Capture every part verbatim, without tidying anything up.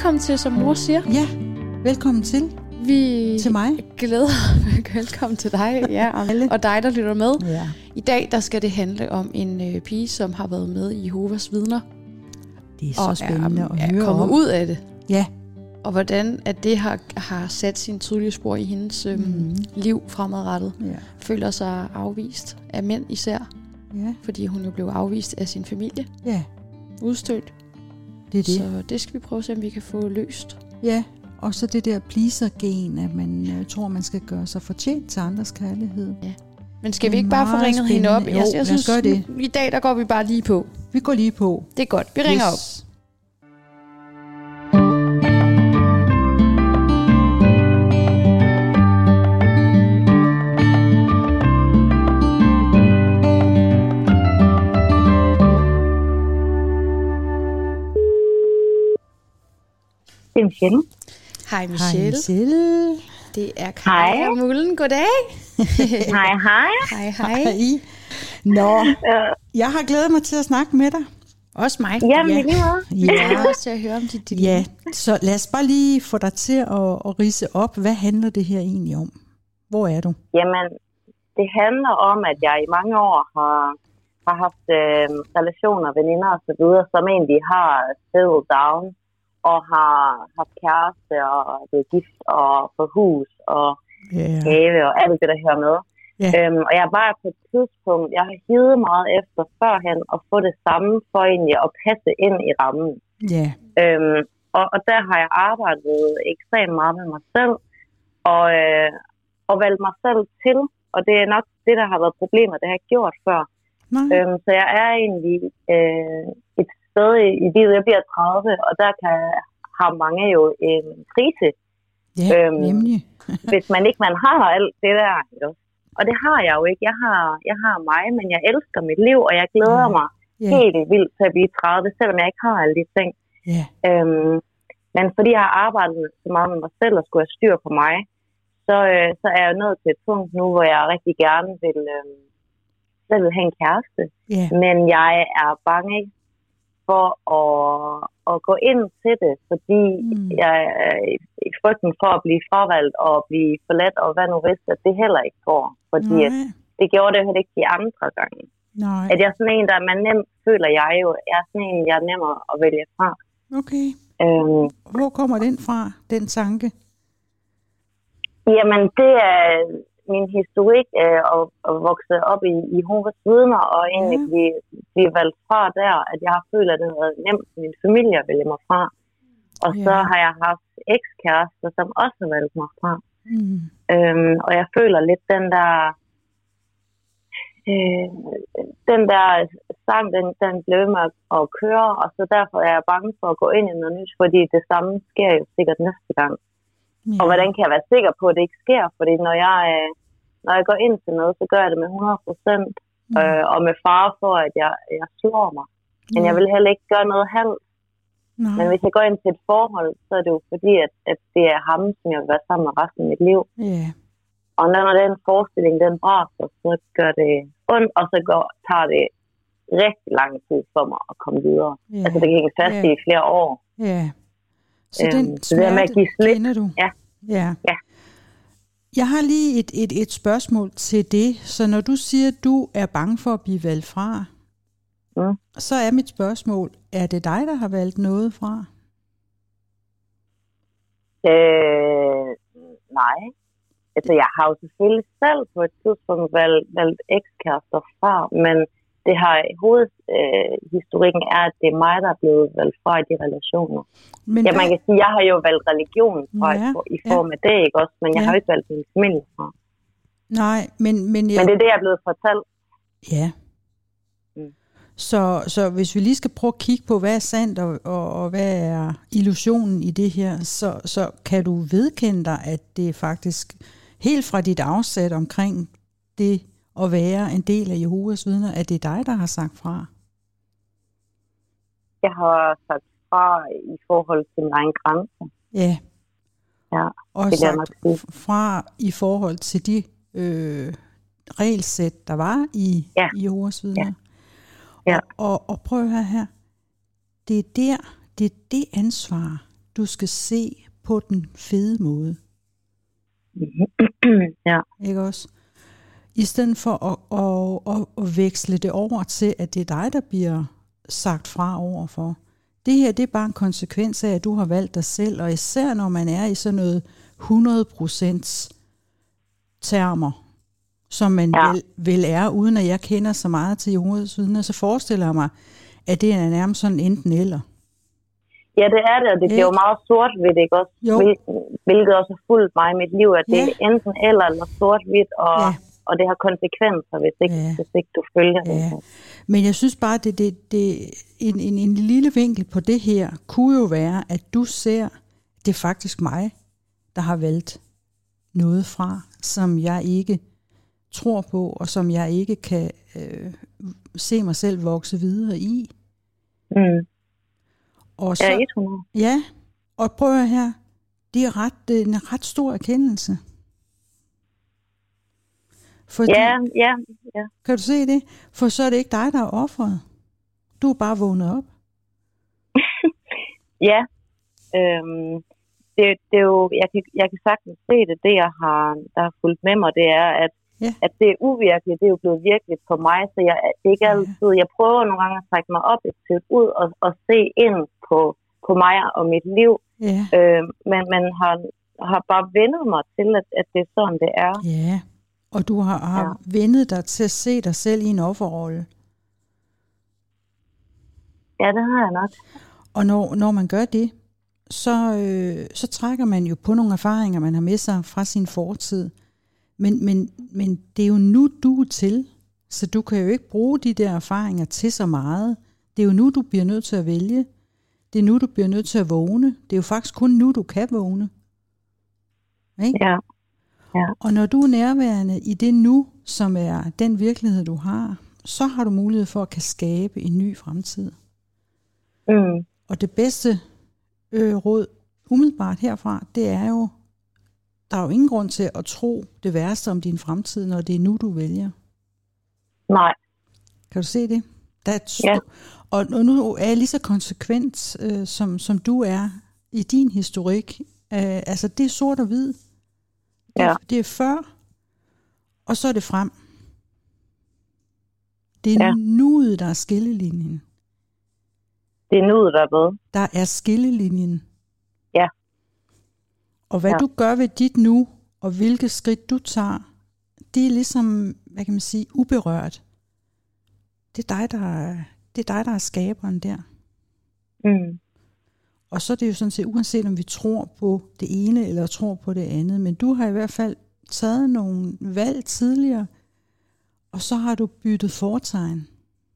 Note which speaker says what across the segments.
Speaker 1: velkommen til, som mor siger.
Speaker 2: Ja, velkommen til.
Speaker 1: Vi
Speaker 2: til mig.
Speaker 1: Glæder velkommen til dig, ja, og, og dig, der lytter med.
Speaker 2: Ja.
Speaker 1: I dag der skal det handle om en øh, pige, som har været med i Jehovas Vidner.
Speaker 2: Det er så
Speaker 1: og
Speaker 2: spændende
Speaker 1: er,
Speaker 2: at
Speaker 1: er
Speaker 2: høre
Speaker 1: kommet
Speaker 2: om.
Speaker 1: ud af det.
Speaker 2: Ja.
Speaker 1: Og hvordan at det har, har sat sin tydelige spor i hendes øhm, mm. liv fremadrettet.
Speaker 2: Ja.
Speaker 1: Føler sig afvist af mænd især.
Speaker 2: Ja.
Speaker 1: Fordi hun jo blev afvist af sin familie.
Speaker 2: Ja.
Speaker 1: Udstødt.
Speaker 2: Det er det.
Speaker 1: Så det skal vi prøve at se, om vi kan få løst.
Speaker 2: Ja, og så det der pleaser-gen, at man øh, tror, man skal gøre sig fortjent til andres kærlighed.
Speaker 1: Ja. Men skal vi ikke bare få ringet hende op?
Speaker 2: Jo,
Speaker 1: jeg, jeg synes,
Speaker 2: gøre det.
Speaker 1: I dag der går vi bare lige på.
Speaker 2: Vi går lige på.
Speaker 1: Det er godt. Vi ringer
Speaker 2: yes.
Speaker 1: op.
Speaker 3: Det er Michelle.
Speaker 1: Hej Michelle.
Speaker 2: Hej Michelle.
Speaker 1: Det er Kaja og Mullen. Goddag.
Speaker 3: Hej, hej.
Speaker 1: Hej, hej.
Speaker 2: Hej. Nå, jeg har glædet mig til at snakke med dig.
Speaker 1: Også mig.
Speaker 3: Jamen, ja. lige meget.
Speaker 2: Ja.
Speaker 1: Jeg har også til at høre om dit dilemma.
Speaker 2: Ja, så lad os bare lige få dig til at, at ridse op. Hvad handler det her egentlig om? Hvor er du?
Speaker 3: Jamen, det handler om, at jeg i mange år har, har haft øh, relationer, veninder og så videre, som egentlig har settled down og har haft kæreste og blevet gift og fået hus og
Speaker 2: yeah.
Speaker 3: have og alt det, der hører med. Yeah. Øhm, og jeg er bare på et tidspunkt, jeg har hivet meget efter førhen at få det samme for egentlig at passe ind i rammen.
Speaker 2: Yeah.
Speaker 3: Øhm, og, og der har jeg arbejdet ekstremt meget med mig selv og, øh, og valgt mig selv til. Og det er nok det, der har været problemer, det har jeg gjort før. Øhm, så jeg er egentlig øh, et sted i, i livet, jeg bliver tredive, og der kan have mange jo en krise.
Speaker 2: Ja, øhm, nemlig.
Speaker 3: Hvis man ikke man har alt det der. Jo. Og det har jeg jo ikke. Jeg har, jeg har mig, men jeg elsker mit liv, og jeg glæder yeah. mig yeah. helt vildt til at blive tredive, selvom jeg ikke har alle de ting.
Speaker 2: Yeah.
Speaker 3: Øhm, men fordi jeg har arbejdet så meget med mig selv og skulle have styr på mig, så, øh, så er jeg jo nået til et punkt nu, hvor jeg rigtig gerne vil, øh, selv vil have en kæreste.
Speaker 2: Yeah.
Speaker 3: Men jeg er bange for at, at gå ind til det, fordi mm. jeg er i frygten for at blive fravalgt og blive forladt, og hvad nu hvis, at det heller ikke går. Fordi at det gjorde det heller ikke de andre gange.
Speaker 2: Nej.
Speaker 3: At jeg er sådan en, der man nemt, føler jeg jo, jeg er sådan en, jeg er nemmere at vælge fra.
Speaker 2: Okay.
Speaker 3: Øhm,
Speaker 2: Hvor kommer den fra, den tanke?
Speaker 3: Jamen, det er min historik øh, at, at vokse op i, i Jehovas Vidner, og egentlig ja. blive, blive valgt fra der, at jeg har følt, at det har været nemt for min familie at vælge mig fra. Og ja. så har jeg haft ekskærester, som også har valgt mig fra. Mm. Øhm, og jeg føler lidt den der, øh, den der sang, den, den blev med at, at køre, og så derfor er jeg bange for at gå ind i noget nyt, fordi det samme sker jo sikkert næste gang. Ja. Og hvordan kan jeg være sikker på, at det ikke sker? Fordi når jeg, når jeg går ind til noget, så gør jeg det med hundrede procent. Mm. Øh, og med fare for, at jeg, jeg slår mig. Men ja. jeg vil heller ikke gøre noget halvt. Men hvis jeg går ind til et forhold, så er det jo fordi, at, at det er ham, som jeg vil være sammen med resten af mit liv.
Speaker 2: Yeah.
Speaker 3: Og når den forestilling, den braser, så gør det ondt, og så går, tager det rigtig lang tid for mig at komme videre. Yeah. Altså det kan hænge fast yeah. i flere år.
Speaker 2: Ja. Yeah. Så øhm, den
Speaker 3: smerte, det med at give slip,
Speaker 2: kender du?
Speaker 3: Ja.
Speaker 2: Ja.
Speaker 3: ja.
Speaker 2: Jeg har lige et, et, et spørgsmål til det. Så når du siger, at du er bange for at blive valgt fra, mm. så er mit spørgsmål, er det dig, der har valgt noget fra?
Speaker 3: Øh, nej. Altså, jeg har jo selvfølgelig selv på et tidspunkt valgt, valgt ekskærester fra, men det har hovedhistorikken øh, er, at det er mig, der er blevet valgt fra i de relationer. Men ja, man kan sige, jeg har jo valgt religion fra ja, i form ja. af det, ikke også? Men jeg ja. har jo ikke valgt min familie fra.
Speaker 2: Nej, men... Men, jeg...
Speaker 3: men det er det, jeg er blevet fortalt.
Speaker 2: Ja. Mm. Så, så hvis vi lige skal prøve at kigge på, hvad er sandt, og, og, og hvad er illusionen i det her, så, så kan du vedkende dig, at det er faktisk helt fra dit afsæt omkring det at være en del af Jehovas Vidner, at det er dig, der har sagt fra?
Speaker 3: Jeg har sagt fra i forhold til min egen grænse.
Speaker 2: Ja.
Speaker 3: Ja,
Speaker 2: og sagt fra i forhold til de øh, regelsæt, der var i,
Speaker 3: ja.
Speaker 2: i Jehovas Vidner.
Speaker 3: Ja. Ja.
Speaker 2: Og, og, og prøv at høre her. Det er der, det er det ansvar, du skal se på den fede måde.
Speaker 3: Ja.
Speaker 2: Ikke også? I stedet for at, at, at, at veksle det over til, at det er dig, der bliver sagt fra overfor. Det her, det er bare en konsekvens af, at du har valgt dig selv, og især når man er i sådan noget hundrede procent termer, som man ja. vel, vel er, uden at jeg kender så meget til Jehovas vidner, så forestiller jeg mig, at det er nærmest sådan enten eller.
Speaker 3: Ja, det er det, og det bliver jo meget sort-hvidt, ikke også? Hvil, hvilket også har fulgt mig i mit liv, at det ja. er enten eller, eller sort-hvidt, og, ja. og det har konsekvenser, hvis ikke, ja. hvis ikke du følger ja. det.
Speaker 2: Men jeg synes bare, det, det, det en, en, en lille vinkel på det her, kunne jo være, at du ser, det er faktisk mig, der har valgt noget fra, som jeg ikke tror på, og som jeg ikke kan øh, se mig selv vokse videre i.
Speaker 3: Mm.
Speaker 2: Og så,
Speaker 3: ja, hundrede.
Speaker 2: Ja, og prøv at her, det er, ret, det er en ret stor erkendelse. Fordi,
Speaker 3: ja, ja, ja.
Speaker 2: Kan du se det? For så er det ikke dig, der er offeret. Du er bare vågnet op.
Speaker 3: ja, øhm, det, det er jo, jeg kan, jeg kan sagtens se det, det jeg har, der har fulgt med mig, det er, at, ja. at det er uvirkeligt, det er jo blevet virkeligt for mig, så jeg, det er ikke altid, jeg prøver nogle gange at trække mig objektivt ud og, og se ind på, på mig og mit liv,
Speaker 2: ja.
Speaker 3: øh, men man har, har bare vendet mig til, at, at det er sådan, det er.
Speaker 2: Ja, og du har, har ja. vendet dig til at se dig selv i en offerrolle.
Speaker 3: Ja, det har jeg nok.
Speaker 2: Og når, når man gør det, så, øh, så trækker man jo på nogle erfaringer, man har med sig fra sin fortid. Men, men, men det er jo nu, du er til, så du kan jo ikke bruge de der erfaringer til så meget. Det er jo nu, du bliver nødt til at vælge. Det er nu, du bliver nødt til at vågne. Det er jo faktisk kun nu, du kan vågne. Ikke?
Speaker 3: Ja. Ja.
Speaker 2: Og når du er nærværende i det nu, som er den virkelighed, du har, så har du mulighed for at kan skabe en ny fremtid.
Speaker 3: Mm.
Speaker 2: Og det bedste øh, råd umiddelbart herfra, det er jo, der er jo ingen grund til at tro det værste om din fremtid, når det er nu, du vælger.
Speaker 3: Nej.
Speaker 2: Kan du se det? Der er et
Speaker 3: ja.
Speaker 2: Og nu er jeg lige så konsekvent, øh, som, som du er i din historik. Øh, altså, det er sort og hvid. Det,
Speaker 3: ja.
Speaker 2: det er før, og så er det frem. Det er ja. nuet, der er skillelinjen.
Speaker 3: Det er nuet, der er hvad?
Speaker 2: Der er skillelinjen.
Speaker 3: Ja.
Speaker 2: Og hvad ja. du gør ved dit nu, og hvilke skridt du tager, det er ligesom, hvad kan man sige, uberørt. Det er dig, der er, det er dig, der er skaberen der.
Speaker 3: Mm.
Speaker 2: Og så er det jo sådan set, uanset om vi tror på det ene, eller tror på det andet, men du har i hvert fald taget nogle valg tidligere, og så har du byttet fortegn.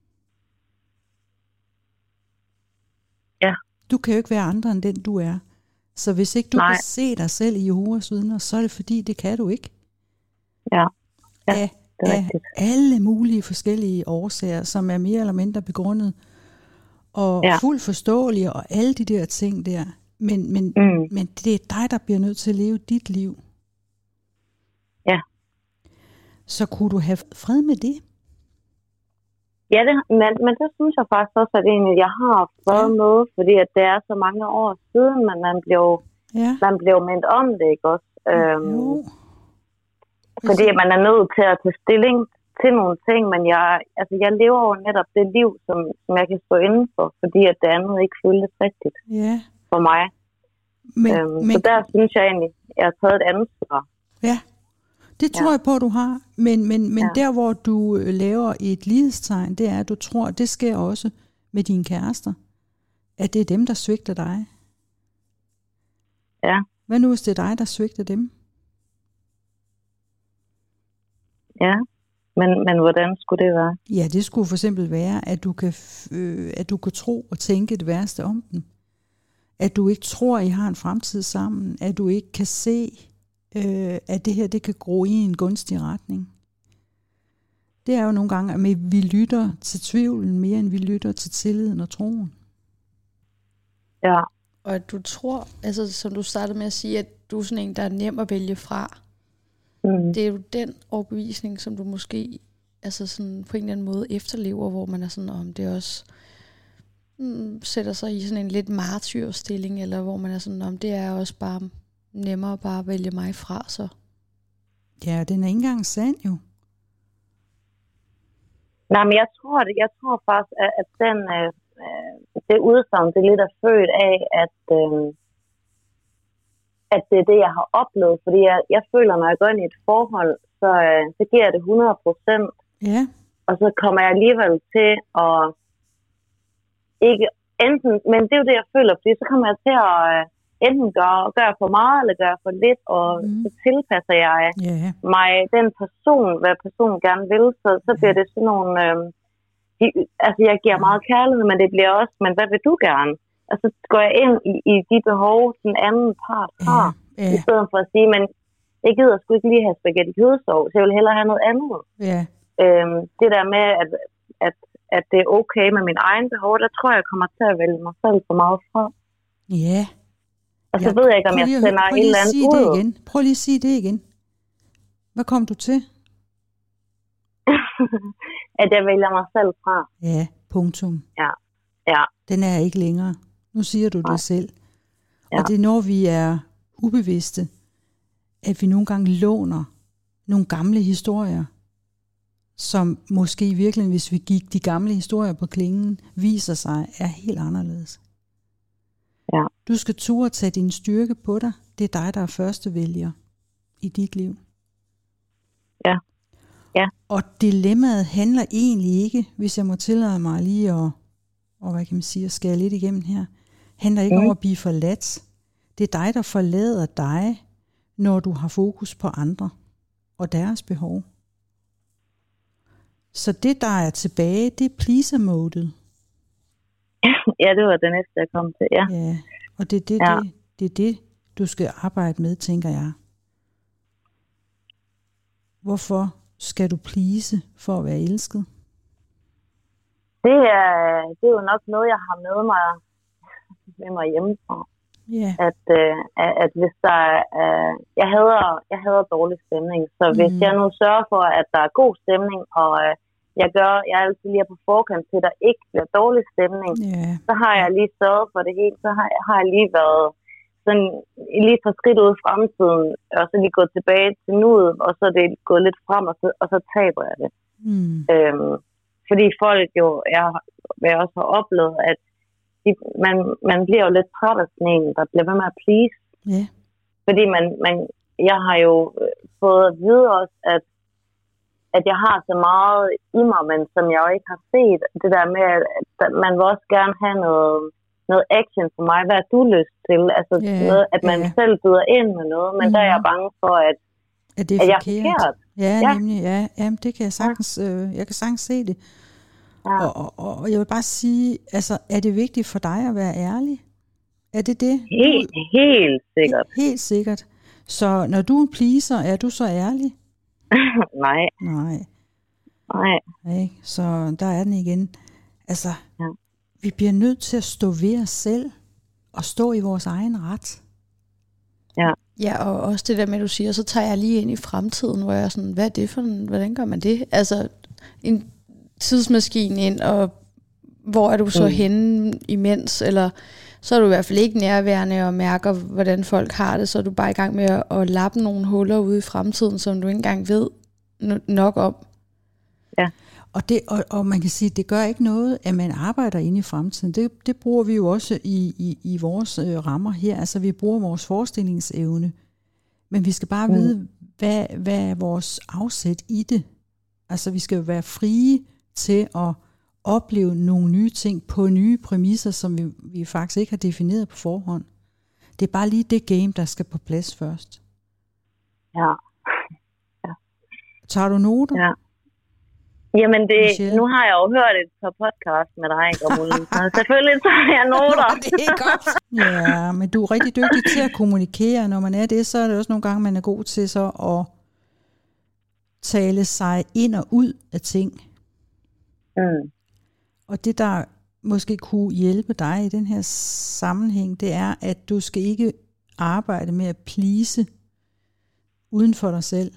Speaker 3: Ja.
Speaker 2: Du kan jo ikke være andre end den, du er. Så hvis ikke du Nej. kan se dig selv i Jehovas vidner, så er det fordi, det kan du ikke.
Speaker 3: Ja, ja
Speaker 2: af,
Speaker 3: det er
Speaker 2: af
Speaker 3: rigtigt.
Speaker 2: alle mulige forskellige årsager, som er mere eller mindre begrundet, og ja. fuldt forståelige, og alle de der ting der. Men, men, mm. men det er dig, der bliver nødt til at leve dit liv.
Speaker 3: Ja.
Speaker 2: Så kunne du have fred med det?
Speaker 3: Ja, det, men, men det synes jeg faktisk også, at egentlig, jeg har fred ja. med, fordi at det er så mange år siden, men man blev,
Speaker 2: ja.
Speaker 3: man blev mindet om det, ikke også? Øhm,
Speaker 2: jo.
Speaker 3: Fordi at man er nødt til at tage stilling til nogle ting, men jeg, altså, jeg lever jo netop det liv, som, som jeg kan stå inden for, fordi at det andet ikke føltes rigtigt
Speaker 2: ja.
Speaker 3: for mig.
Speaker 2: Men,
Speaker 3: øhm,
Speaker 2: men,
Speaker 3: så der synes jeg egentlig, at jeg har taget et ansvar.
Speaker 2: Ja, det tror ja. jeg på, du har. Men, men, men ja. der, hvor du laver et lighedstegn, det er, at du tror, at det sker også med dine kærester. At det er dem, der svigter dig.
Speaker 3: Ja.
Speaker 2: Hvad nu, hvis det er dig, der svigter dem?
Speaker 3: Ja, men, men hvordan skulle det være?
Speaker 2: Ja, det skulle for eksempel være, at du kan, øh, at du kan tro og tænke det værste om dem. At du ikke tror, I har en fremtid sammen. At du ikke kan se, øh, at det her det kan gro i en gunstig retning. Det er jo nogle gange, at vi lytter til tvivlen mere, end vi lytter til tilliden og troen.
Speaker 3: Ja.
Speaker 1: Og at du tror, altså som du startede med at sige, at du er sådan en, der er nem at vælge fra. Mm. Det er jo den overbevisning, som du måske altså sådan på en eller anden måde efterlever, hvor man er sådan, om det er også mm, sætter sig i sådan en lidt martyrstilling, eller hvor man er sådan, om det er også bare nemmere bare at vælge mig fra, så.
Speaker 2: Ja, den er ikke engang sand jo.
Speaker 3: Nej, men jeg tror det. Jeg tror faktisk, at, at den, øh, det udsagn, det lidt er født af, at, øh, at det er det, jeg har oplevet. Fordi jeg, jeg føler, når jeg går ind i et forhold, så, øh, så giver jeg det hundrede procent.
Speaker 2: Ja.
Speaker 3: Og så kommer jeg alligevel til at ikke enten, men det er jo det, jeg føler, fordi så kommer jeg til at øh, enten gøre, gøre for meget, eller gøre for lidt, og mm. så tilpasser jeg
Speaker 2: yeah.
Speaker 3: mig den person, hvad personen gerne vil, så, så bliver det sådan nogle, øh, de, altså jeg giver meget kærlighed, men det bliver også, men hvad vil du gerne? Altså så går jeg ind i, i de behov, den anden part har, yeah. Yeah. i stedet for at sige, men jeg gider sgu ikke lige have spaghetti kødsovs, så jeg vil hellere have noget andet.
Speaker 2: Yeah.
Speaker 3: Øhm, det der med, at, at, at det er okay med min egen behov, der tror jeg kommer til at vælge mig selv for meget fra.
Speaker 2: Ja. Yeah.
Speaker 3: Og så ja, ved jeg ikke, om jeg sender et eller andet ud.
Speaker 2: Igen. Prøv lige at sige det igen. Hvad kom du til?
Speaker 3: At jeg vælger mig selv fra.
Speaker 2: Ja, punktum.
Speaker 3: Ja, ja.
Speaker 2: Den er ikke længere. Nu siger du Nej. det selv. Ja. Og det er, når vi er ubevidste, at vi nogle gange låner nogle gamle historier, som måske i virkeligheden, hvis vi gik de gamle historier på klingen, viser sig er helt anderledes.
Speaker 3: Ja.
Speaker 2: Du skal turde tage din styrke på dig. Det er dig, der er første vælger i dit liv.
Speaker 3: Ja. Ja.
Speaker 2: Og dilemmaet handler egentlig ikke, hvis jeg må tillade mig lige at, og hvad kan man sige, at skære lidt igennem her, handler ikke mm. om at blive forladt. Det er dig, der forlader dig, når du har fokus på andre og deres behov. Så det, der er tilbage, det er pleaser-modet.
Speaker 3: Ja, det var det næste, jeg kom til, ja.
Speaker 2: Ja, og det er det,
Speaker 3: ja.
Speaker 2: det, det, er det, du skal arbejde med, tænker jeg. Hvorfor skal du please for at være elsket?
Speaker 3: Det er, det er jo nok noget, jeg har med mig, med mig hjemmefra.
Speaker 2: Yeah.
Speaker 3: At, øh, at, at hvis der er, øh, jeg hader, jeg hader dårlig stemning, så mm. hvis jeg nu sørger for, at der er god stemning, og øh, jeg gør, jeg er altid lige på forkant til, at der ikke bliver dårlig stemning,
Speaker 2: yeah.
Speaker 3: så har jeg lige sørget for det hele, så har, har jeg lige været sådan, lige for skridt ud i fremtiden, og så lige gået tilbage til nuet, og så er det gået lidt frem, og så, og så taber jeg det.
Speaker 2: Mm.
Speaker 3: Øhm, fordi folk jo, jeg, jeg også har oplevet, at de, man, man bliver jo lidt træt af sådan en, der bliver ved med at please.
Speaker 2: Yeah.
Speaker 3: Fordi man, man, jeg har jo fået at vide også, at, at jeg har så meget i mig, men som jeg jo ikke har set. Det der med, at man vil også gerne have noget, noget action for mig. Hvad er du lyst til? Altså yeah. noget, at man yeah. selv byder ind med noget, men mm. der er jeg bange for, at,
Speaker 2: at, det er
Speaker 3: at jeg
Speaker 2: er
Speaker 3: forkert.
Speaker 2: Ja, ja, nemlig. Ja. Jamen, det kan jeg sagtens, ja. øh, jeg kan sagtens se det. Ja. Og, og, og jeg vil bare sige, altså, er det vigtigt for dig at være ærlig? Er det det?
Speaker 3: Helt, helt sikkert.
Speaker 2: Helt, helt sikkert. Så når du er en pleaser, er du så ærlig?
Speaker 3: Nej.
Speaker 2: Nej.
Speaker 3: Nej.
Speaker 2: Ikke? Så der er den igen. Altså,
Speaker 3: ja.
Speaker 2: vi bliver nødt til at stå ved os selv, og stå i vores egen ret.
Speaker 3: Ja.
Speaker 1: Ja, og også det der med, at du siger, så tager jeg lige ind i fremtiden, hvor jeg er sådan, hvad er det for en, hvordan gør man det? Altså, en tidsmaskine ind, og hvor er du så mm. henne imens, eller så er du i hvert fald ikke nærværende og mærker, hvordan folk har det, så er du bare i gang med at, at lappe nogle huller ude i fremtiden, som du ikke engang ved nok om.
Speaker 3: Ja.
Speaker 2: Og, det, og, og man kan sige, at det gør ikke noget, at man arbejder inde i fremtiden. Det, det bruger vi jo også i, i, i vores øh, rammer her. Altså vi bruger vores forestillingsevne. Men vi skal bare mm. vide, hvad, hvad er vores afsæt i det. Altså vi skal jo være frie til at opleve nogle nye ting på nye præmisser, som vi, vi faktisk ikke har defineret på forhånd. Det er bare lige det game, der skal på plads først.
Speaker 3: Ja. ja.
Speaker 2: Tager du noter?
Speaker 3: Ja. Jamen, det, nu har jeg jo hørt et par podcast med dig, Gabrielle. Selvfølgelig tager jeg noter.
Speaker 2: Det er godt. Ja, men du er rigtig dygtig til at kommunikere. Når man er det, så er det også nogle gange, man er god til så at tale sig ind og ud af ting.
Speaker 3: Mm.
Speaker 2: Og det, der måske kunne hjælpe dig i den her sammenhæng, det er, at du skal ikke arbejde med at please uden for dig selv.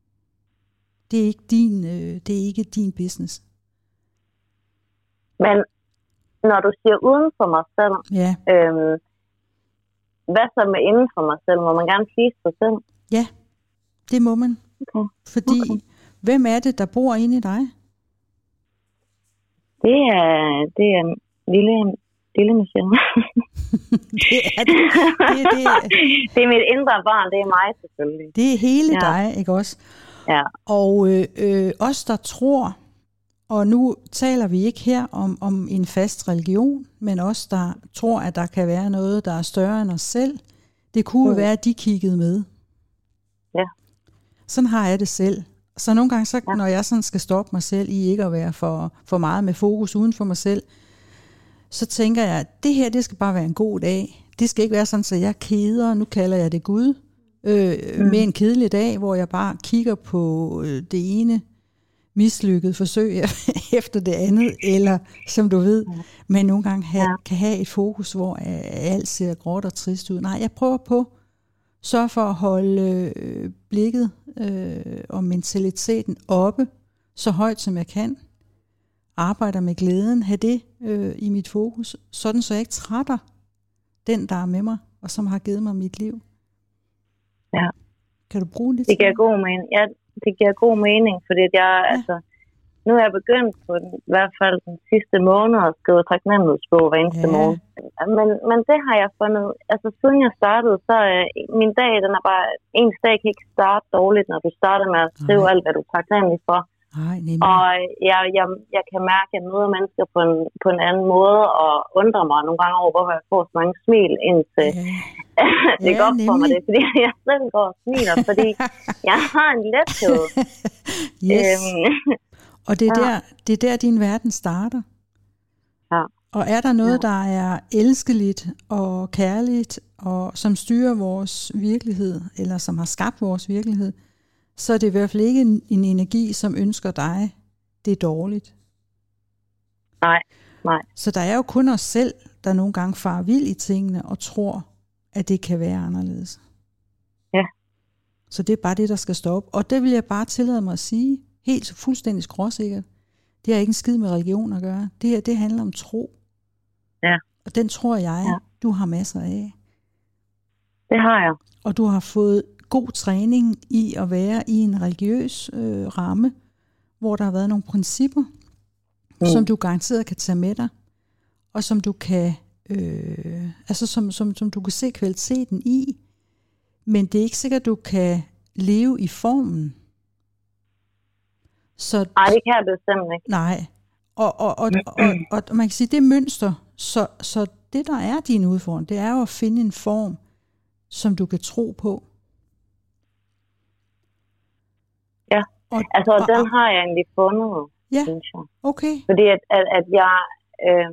Speaker 2: Det er ikke din, øh, det er ikke din business.
Speaker 3: Men, når du siger uden for mig selv,
Speaker 2: ja.
Speaker 3: øhm, hvad så med inden for mig selv? Må man gerne flise sig selv?
Speaker 2: Ja, det må man.
Speaker 3: Okay.
Speaker 2: Fordi,
Speaker 3: okay.
Speaker 2: hvem er det, der bor inde i dig?
Speaker 3: Det er, det er en lille, lille Michelle.
Speaker 2: det, er det. Det, er, det, er,
Speaker 3: det er mit indre barn, det er mig selvfølgelig.
Speaker 2: Det er hele
Speaker 3: ja.
Speaker 2: dig, ikke også?
Speaker 3: Ja.
Speaker 2: Og øh, øh, os, der tror, og nu taler vi ikke her om, om en fast religion, men os, der tror, at der kan være noget, der er større end os selv, det kunne mm. være, at de kiggede med.
Speaker 3: Ja.
Speaker 2: Sådan har jeg det selv. Så nogle gange, så, ja. når jeg sådan skal stoppe mig selv i ikke at være for, for meget med fokus uden for mig selv, så tænker jeg, at det her, det skal bare være en god dag. Det skal ikke være sådan, at jeg keder, nu kalder jeg det Gud, øh, mm. med en kedelig dag, hvor jeg bare kigger på øh, det ene mislykket forsøg efter det andet, eller som du ved, men nogle gange have, ja. kan have et fokus, hvor alt ser gråt og trist ud. Nej, jeg prøver på sørge for at holde øh, blikket øh, og mentaliteten oppe, så højt som jeg kan. Arbejder med glæden, have det øh, i mit fokus, sådan så jeg ikke trætter den, der er med mig, og som har givet mig mit liv.
Speaker 3: Ja.
Speaker 2: Kan du bruge det?
Speaker 3: Det giver god mening. Ja, det giver god mening, fordi jeg, ja. altså, nu er jeg begyndt på den, i hvert fald den sidste måned at skrive taknemmelighedsbog hver eneste ja. morgen. Men, men det har jeg fundet, altså siden jeg startede, så uh, min dag, den er bare, ens dag kan ikke starte dårligt, når du starter med at skrive Ej. alt, hvad du er taknemmelig for.
Speaker 2: Ej,
Speaker 3: og jeg, jeg, jeg kan mærke, at jeg møder mennesker på en, på en anden måde, og undrer mig nogle gange over, hvorfor jeg får så mange smil, indtil ja. det ja, går op for mig det, fordi jeg selv går og smiler, fordi jeg har en lethed.
Speaker 2: Yes. Øhm, og det er, ja. der, det er der, din verden starter.
Speaker 3: Ja.
Speaker 2: Og er der noget, ja. der er elskeligt og kærligt, og som styrer vores virkelighed, eller som har skabt vores virkelighed, så er det i hvert fald ikke en, en energi, som ønsker dig det er dårligt.
Speaker 3: Nej, nej.
Speaker 2: Så der er jo kun os selv, der nogle gange farer vild i tingene, og tror, at det kan være anderledes.
Speaker 3: Ja.
Speaker 2: Så det er bare det, der skal stoppe. Og det vil jeg bare tillade mig at sige, helt så fuldstændig skråsikkert. Det har ikke en skid med religion at gøre. Det her, det handler om tro.
Speaker 3: Ja.
Speaker 2: Og den tror jeg, ja. du har masser af.
Speaker 3: Det har jeg.
Speaker 2: Og du har fået god træning i at være i en religiøs øh, ramme, hvor der har været nogle principper, mm. som du garanteret kan tage med dig, og som du kan, øh, altså som, som, som du kan se kvaliteten i, men det er ikke sikkert, at du kan leve i formen. Så,
Speaker 3: nej, det kan jeg bestemt ikke.
Speaker 2: Nej, og, og, og, og, og, og man kan sige, det er mønster, så, så det der er din udfordring, det er jo at finde en form, som du kan tro på.
Speaker 3: Ja, og, altså og, den har jeg egentlig fundet,
Speaker 2: ja,
Speaker 3: synes jeg.
Speaker 2: Okay.
Speaker 3: Fordi at, at, at jeg, øh,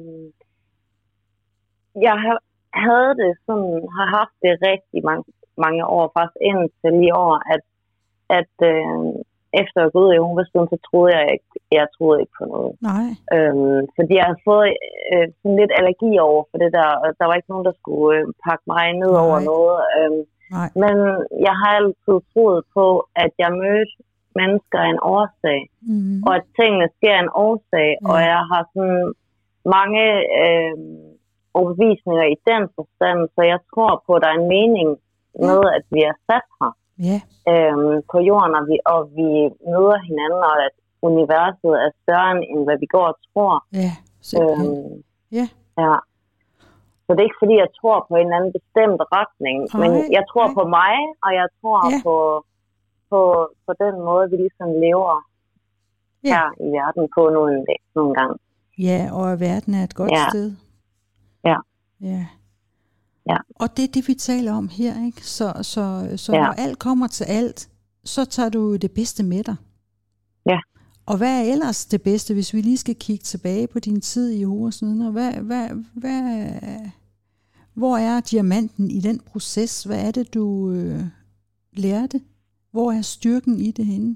Speaker 3: jeg havde det sådan, har haft det rigtig mange, mange år, faktisk indtil lige år, at, at øh, efter jeg gik ud i hovedstaden, så troede jeg ikke, jeg troede ikke på noget.
Speaker 2: Nej.
Speaker 3: Øhm, fordi jeg havde fået øh, sådan lidt allergi over for det der, og der var ikke nogen, der skulle øh, pakke mig ned Nej. over noget. Øhm,
Speaker 2: Nej.
Speaker 3: Men jeg har altid troet på, at jeg mødte mennesker af en årsag, mm-hmm. og at tingene sker af en årsag, ja. Og jeg har sådan mange øh, overbevisninger i den forstand, så jeg tror på, at der er en mening med, ja. At vi er sat her.
Speaker 2: Ja.
Speaker 3: Øhm, på jorden, og vi, og vi møder hinanden, og at universet er større end hvad vi går og tror.
Speaker 2: Ja, simpelthen. Øhm,
Speaker 3: ja. ja. Så det er ikke fordi, jeg tror på en eller anden bestemt retning, Ej, men jeg tror ej. på mig, og jeg tror ja. på, på, på den måde, vi ligesom lever ja. her i verden på nogle, nogle gange.
Speaker 2: Ja, og at verden er et godt
Speaker 3: ja.
Speaker 2: sted.
Speaker 3: Ja.
Speaker 2: Ja.
Speaker 3: Ja.
Speaker 2: Og det er det, vi taler om her, ikke? Så, så, så
Speaker 3: ja.
Speaker 2: når alt kommer til alt, så tager du det bedste med dig.
Speaker 3: Ja.
Speaker 2: Og hvad er ellers det bedste, hvis vi lige skal kigge tilbage på din tid i Jehovas Vidner? Hvad, hvad, hvad, hvor er diamanten i den proces? Hvad er det, du øh, lærte? Hvor er styrken i det henne?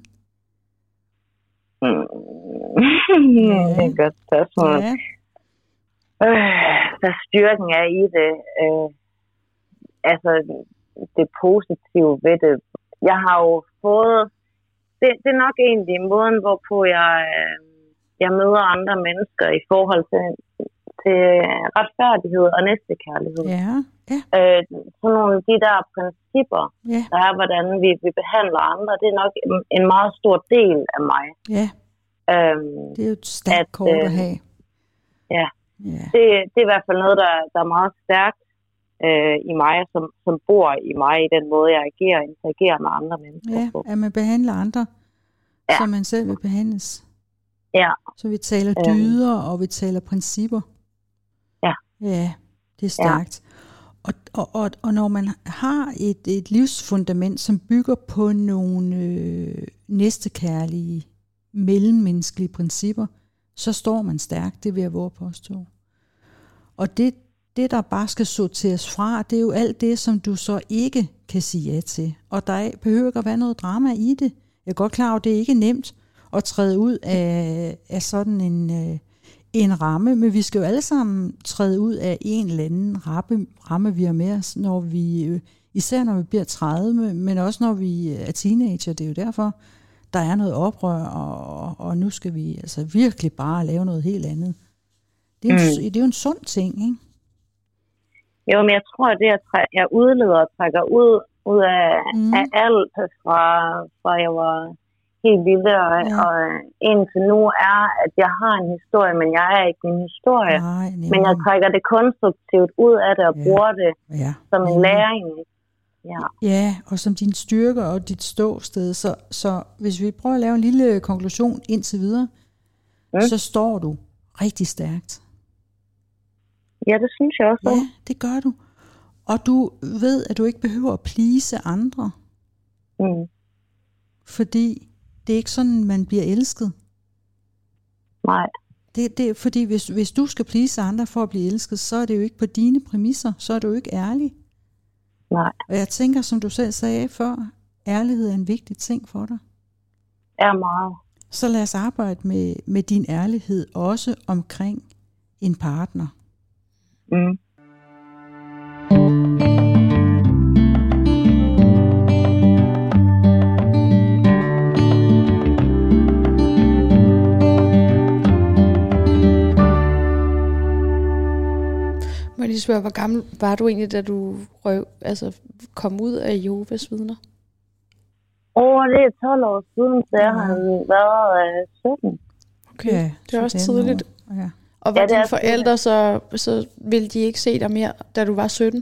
Speaker 3: Mm. ja. Det er et godt spørgsmål. Ja. Øh, hvad styrken er i det. Øh, altså, det positive ved det. Jeg har jo fået... Det, det er nok egentlig måden, hvorpå jeg, øh, jeg møder andre mennesker i forhold til, til retfærdighed og næstekærlighed.
Speaker 2: Ja, ja.
Speaker 3: Øh, sådan nogle af de der principper,
Speaker 2: ja.
Speaker 3: der er, hvordan vi, vi behandler andre, det er nok en, en meget stor del af mig.
Speaker 2: Ja, øhm, det er jo et stærkt kort øh, at have.
Speaker 3: Ja,
Speaker 2: ja.
Speaker 3: Det, det er i hvert fald noget, der, der er meget stærkt øh, i mig, som, som bor i mig, i den måde, jeg agerer og interagerer med andre mennesker.
Speaker 2: Ja, på. At man behandler andre, ja. Som man selv vil behandles.
Speaker 3: Ja.
Speaker 2: Så vi taler dyder, og vi taler principper.
Speaker 3: Ja.
Speaker 2: Ja, det er stærkt. Ja. Og, og, og, og når man har et, et livsfundament, som bygger på nogle øh, næstekærlige, mellemmenneskelige principper, så står man stærkt, det vil jeg våge påstå. Og det, det, der bare skal sorteres fra, det er jo alt det, som du så ikke kan sige ja til. Og der behøver ikke at være noget drama i det. Jeg er godt klar over, at det er ikke nemt at træde ud af, af sådan en, øh, en ramme, men vi skal jo alle sammen træde ud af en eller anden ramme, ramme vi har med os, når vi, øh, især når vi bliver tredive, men også når vi er teenager. Det er jo derfor, der er noget oprør, og, og nu skal vi altså virkelig bare lave noget helt andet. Det er, mm. en, det er jo en sund ting, ikke?
Speaker 3: Jo, men jeg tror, at det, at jeg udleder og trækker ud, ud af, mm. af alt fra, fra jeg var helt lille og, ja. og indtil nu er, at jeg har en historie, men jeg er ikke min historie.
Speaker 2: Nej,
Speaker 3: men jeg trækker det konstruktivt ud af det og ja. bruger det
Speaker 2: ja.
Speaker 3: som en læring. Ja.
Speaker 2: ja, og som din styrke og dit ståsted. Så, så hvis vi prøver at lave en lille konklusion indtil videre, mm. så står du rigtig stærkt.
Speaker 3: Ja, det synes jeg også.
Speaker 2: Ja, det gør du. Og du ved, at du ikke behøver at please andre.
Speaker 3: Mm.
Speaker 2: Fordi det er ikke sådan, man bliver elsket.
Speaker 3: Nej.
Speaker 2: Det, det er fordi, hvis, hvis du skal please andre for at blive elsket, så er det jo ikke på dine præmisser. Så er du jo ikke ærlig.
Speaker 3: Nej.
Speaker 2: Og jeg tænker, som du selv sagde før, ærlighed er en vigtig ting for dig.
Speaker 3: Er meget.
Speaker 2: Så lad os arbejde med, med din ærlighed også omkring en partner.
Speaker 3: Mm.
Speaker 1: Må jeg lige spørge, hvor gammel var du egentlig, da du røv, altså kom ud af Jehovas vidner?
Speaker 3: Åh, oh, det er tolv år siden, så jeg har været øh, sytten.
Speaker 1: Okay, ja, det er også tidligt.
Speaker 2: Ja.
Speaker 1: Og var
Speaker 3: ja,
Speaker 1: dine forældre, så, så ville de ikke se dig mere, da du var sytten?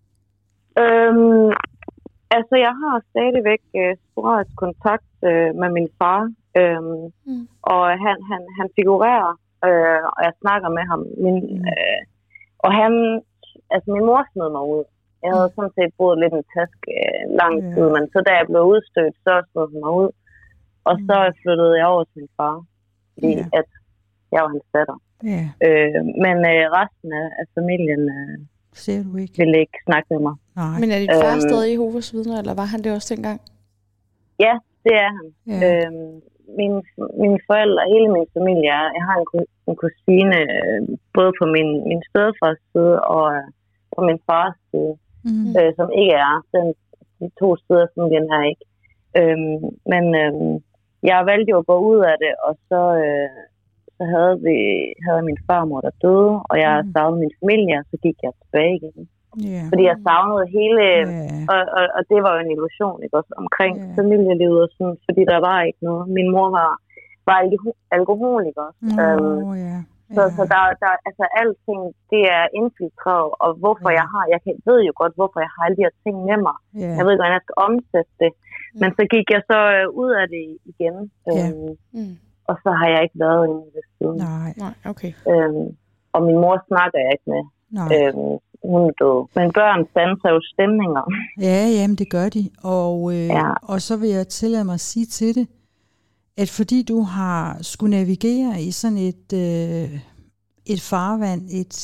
Speaker 3: Øhm, altså, jeg har stadigvæk øh, sporadisk kontakt øh, med min far. Øhm, mm. Og han, han, han figurerer, øh, og jeg snakker med ham. Min, øh, og han, altså min mor smed mig ud. Jeg havde mm. sådan set boet lidt en task øh, lang yeah. tid, men så da jeg blev udstødt, så smed han mig ud. Og mm. så flyttede jeg over til min far, fordi yeah. at jeg var hans datter.
Speaker 2: Yeah.
Speaker 3: Øh, men øh, resten af, af familien øh,
Speaker 2: Ser du ikke?
Speaker 3: ville ikke snakke med mig.
Speaker 1: Nej. Men er din far øhm, stadig Jehovas vidner, eller var han det også dengang?
Speaker 3: Ja, det er han.
Speaker 2: Yeah.
Speaker 3: Øhm, mine, mine forældre, hele min familie, jeg har en, en kusine, øh, både på min, min stedfars side og øh, på min fars side, mm. øh, som ikke er. Den, de to sider af familien er ikke. Øhm, men øh, jeg valgte jo at gå ud af det, og så... Øh, så havde, vi, havde min farmor, der døde, og jeg mm. savnede min familie, og så gik jeg tilbage igen.
Speaker 2: Yeah.
Speaker 3: Fordi jeg savnede hele,
Speaker 2: yeah.
Speaker 3: og, og, og det var jo en illusion, ikke også, omkring
Speaker 2: yeah.
Speaker 3: familielivet og sådan, fordi der var ikke noget. Min mor var, var alkoholiker.
Speaker 2: Oh,
Speaker 3: øhm,
Speaker 2: yeah.
Speaker 3: Så, yeah. så der, der, altså alting, det er infiltreret, og hvorfor yeah. jeg har, jeg kan, ved jo godt, hvorfor jeg har alle de her ting med mig.
Speaker 2: Yeah.
Speaker 3: Jeg ved ikke, hvordan jeg skal omsætte det. Mm. Men så gik jeg så øh, ud af det igen.
Speaker 2: Yeah.
Speaker 3: Øhm,
Speaker 1: mm.
Speaker 3: Og så har jeg ikke været inde i det siden.
Speaker 2: Nej,
Speaker 1: Nej okay.
Speaker 3: Øhm, og min mor snakker jeg ikke med. Øhm, hun er død. Men børn danser jo stemninger.
Speaker 2: Ja, jamen det gør de. Og, øh,
Speaker 3: ja.
Speaker 2: og så vil jeg tillade mig at sige til det, at fordi du har skulle navigere i sådan et, øh, et farvand, et,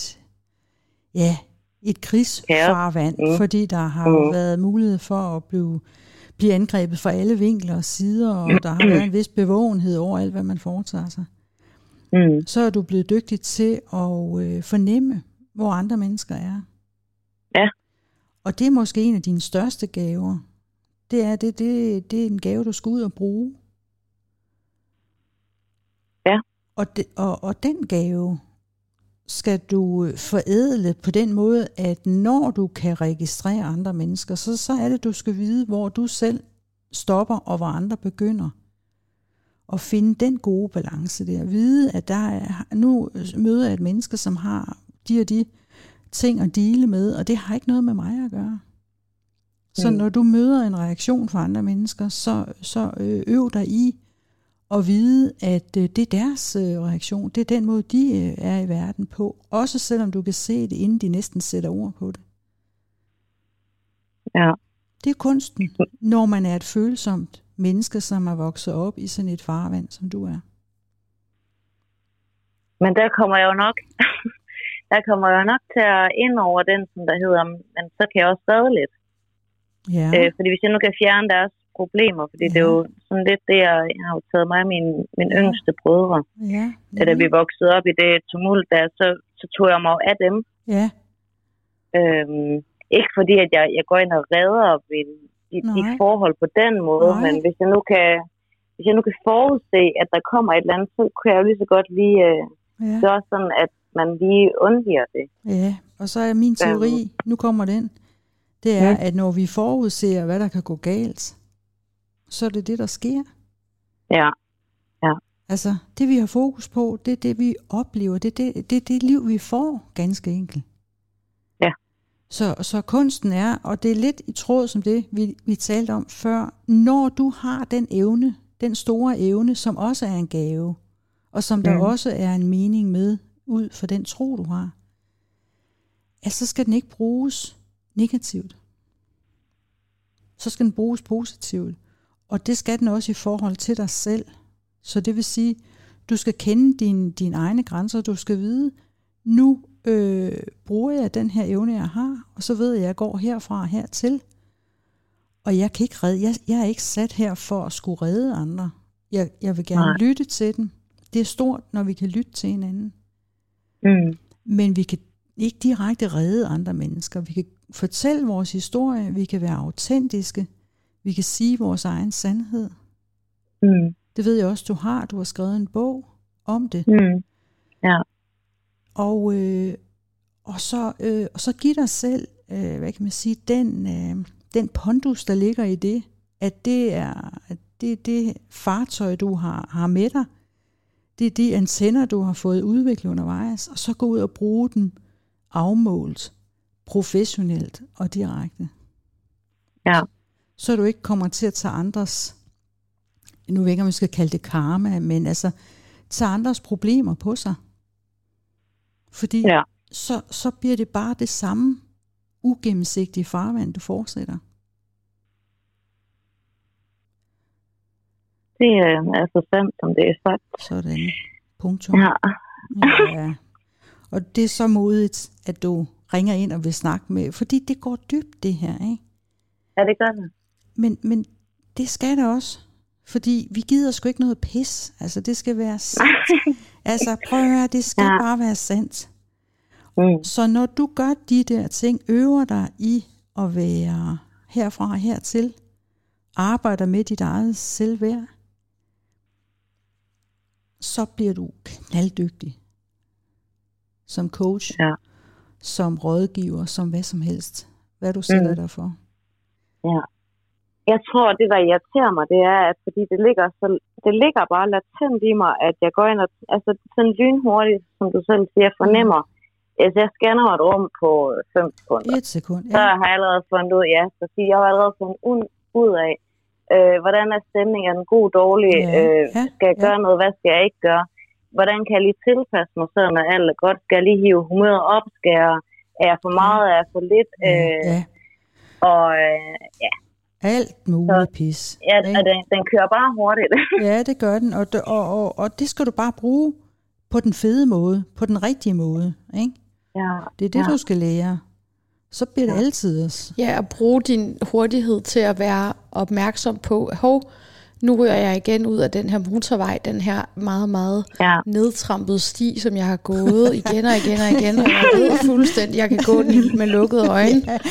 Speaker 2: ja, et krigsfarvand, ja. mm. fordi der har mm. været mulighed for at blive blive angrebet fra alle vinkler og sider, og der har været en vis bevågenhed over alt, hvad man foretager sig.
Speaker 3: Mm.
Speaker 2: Så er du blevet dygtig til at øh, fornemme, hvor andre mennesker er.
Speaker 3: Ja.
Speaker 2: Og det er måske en af dine største gaver. Det er, det, det, det er en gave, du skal ud og bruge.
Speaker 3: Ja.
Speaker 2: Og, det, og, og den gave skal du forædle på den måde, at når du kan registrere andre mennesker, så, så er det, du skal vide, hvor du selv stopper, og hvor andre begynder. Og finde den gode balance der. Vide, at der er, nu møder jeg et menneske, som har de og de ting at dele med, og det har ikke noget med mig at gøre. Så mm. når du møder en reaktion fra andre mennesker, så, så øv dig i at vide, at det er deres reaktion. Det er den måde, de er i verden på. Også selvom du kan se det, inden de næsten sætter ord på det.
Speaker 3: Ja.
Speaker 2: Det er kunsten, når man er et følsomt menneske, som er vokset op i sådan et farvand, som du er.
Speaker 3: Men der kommer jeg jo nok, der kommer jeg nok til at ind over den, som der hedder, men så kan jeg også redde lidt.
Speaker 2: Ja.
Speaker 3: Øh, fordi hvis jeg nu kan fjerne deres problemer, fordi ja. det er jo sådan lidt det, jeg, jeg har jo taget mig af mine, mine ja. yngste brødre.
Speaker 2: Ja. Ja.
Speaker 3: Da vi voksede op i det tumult der, så, så tog jeg mig af dem.
Speaker 2: Ja.
Speaker 3: Øhm, ikke fordi, at jeg, jeg går ind og redder de, de forhold på den måde, Nej. men hvis jeg nu kan hvis jeg nu kan forudse, at der kommer et eller andet, så kan jeg jo lige så godt lige øh, ja. gøre sådan, at man lige undviger det.
Speaker 2: Ja, og så er min teori, um, nu kommer den, det er, ja. at når vi forudser, hvad der kan gå galt, så er det det, der sker.
Speaker 3: Ja. Ja.
Speaker 2: Altså, det vi har fokus på, det er det, vi oplever, det er det, det, er det liv, vi får, ganske enkelt.
Speaker 3: Ja.
Speaker 2: Så, så kunsten er, og det er lidt i tråd som det, vi, vi talte om før, når du har den evne, den store evne, som også er en gave, og som der mm. også er en mening med, ud for den tro, du har, ja, så skal den ikke bruges negativt. Så skal den bruges positivt. Og det skal den også i forhold til dig selv. Så det vil sige, du skal kende din, dine egne grænser, du skal vide, nu øh, bruger jeg den her evne, jeg har, og så ved jeg, at jeg går herfra og hertil. Og jeg kan ikke redde, jeg, jeg er ikke sat her for at skulle redde andre. Jeg, jeg vil gerne Nej. lytte til dem. Det er stort, når vi kan lytte til hinanden.
Speaker 3: Mm.
Speaker 2: Men vi kan ikke direkte redde andre mennesker. Vi kan fortælle vores historie, vi kan være autentiske, vi kan sige vores egen sandhed.
Speaker 3: Mm.
Speaker 2: Det ved jeg også, du har. Du har skrevet en bog om det.
Speaker 3: Mm. Ja.
Speaker 2: Og, øh, og, så, øh, og så giv dig selv, øh, hvad kan man sige, den, øh, den pondus, der ligger i det, at det er det, det fartøj, du har, har med dig. Det er de antenner, du har fået udviklet undervejs, og så gå ud og bruge dem afmålt, professionelt og direkte.
Speaker 3: Ja.
Speaker 2: Så du ikke kommer til at tage andres, nu ved jeg ikke, om vi skal kalde det karma, men altså, tage andres problemer på sig. Fordi ja. så, så bliver det bare det samme ugennemsigtige farvand, du fortsætter.
Speaker 3: Det er så sandt, som det er sagt.
Speaker 2: Sådan. Punktum.
Speaker 3: Ja.
Speaker 2: Ja. Og det er så modigt, at du ringer ind og vil snakke med, fordi det går dybt, det her, ikke?
Speaker 3: Ja, det gør det.
Speaker 2: Men, men det skal det også, fordi vi gider sgu ikke noget pis. Altså, det skal være sandt. Altså, prøv at høre, det skal ja. bare være sandt. Mm. Så når du gør de der ting, øver dig i at være herfra og hertil, arbejder med dit eget selvværd, så bliver du knalddygtig. Som coach, ja. som rådgiver, som hvad som helst. Hvad du sætter mm. dig for.
Speaker 3: Ja. Jeg tror, det der irriterer mig, det er, at fordi det ligger, så, det ligger bare latent i mig, at jeg går ind og, altså sådan lynhurtigt, som du selv siger, fornemmer, at jeg scanner et rum på fem sekunder.
Speaker 2: Et sekund, ja.
Speaker 3: Så har jeg allerede fundet ud, ja, så siger, jeg har allerede fundet ud af, øh, hvordan er stemningen, er den god, dårlig,
Speaker 2: ja,
Speaker 3: øh,
Speaker 2: ja,
Speaker 3: skal jeg gøre ja. noget, hvad skal jeg ikke gøre? Hvordan kan jeg lige tilpasse mig, så når alt er godt? Skal jeg lige hive humøret op? Skal jeg, er jeg for meget? Er jeg for lidt? Øh,
Speaker 2: ja.
Speaker 3: Og øh, ja.
Speaker 2: Alt muligt pis.
Speaker 3: Ja, og den, den kører bare hurtigt.
Speaker 2: Ja, det gør den. Og, og, og, og det skal du bare bruge på den fede måde. På den rigtige måde. Ikke?
Speaker 3: Ja.
Speaker 2: Det er det, ja. du skal lære. Så bliver det
Speaker 3: ja.
Speaker 2: altid også.
Speaker 1: Ja, at bruge din hurtighed til at være opmærksom på, hov, nu ryger jeg igen ud af den her motorvej, den her meget, meget ja. nedtrampede sti, som jeg har gået igen og igen og igen, og jeg ved fuldstændig, jeg kan gå den med lukkede øjne.
Speaker 2: Ja,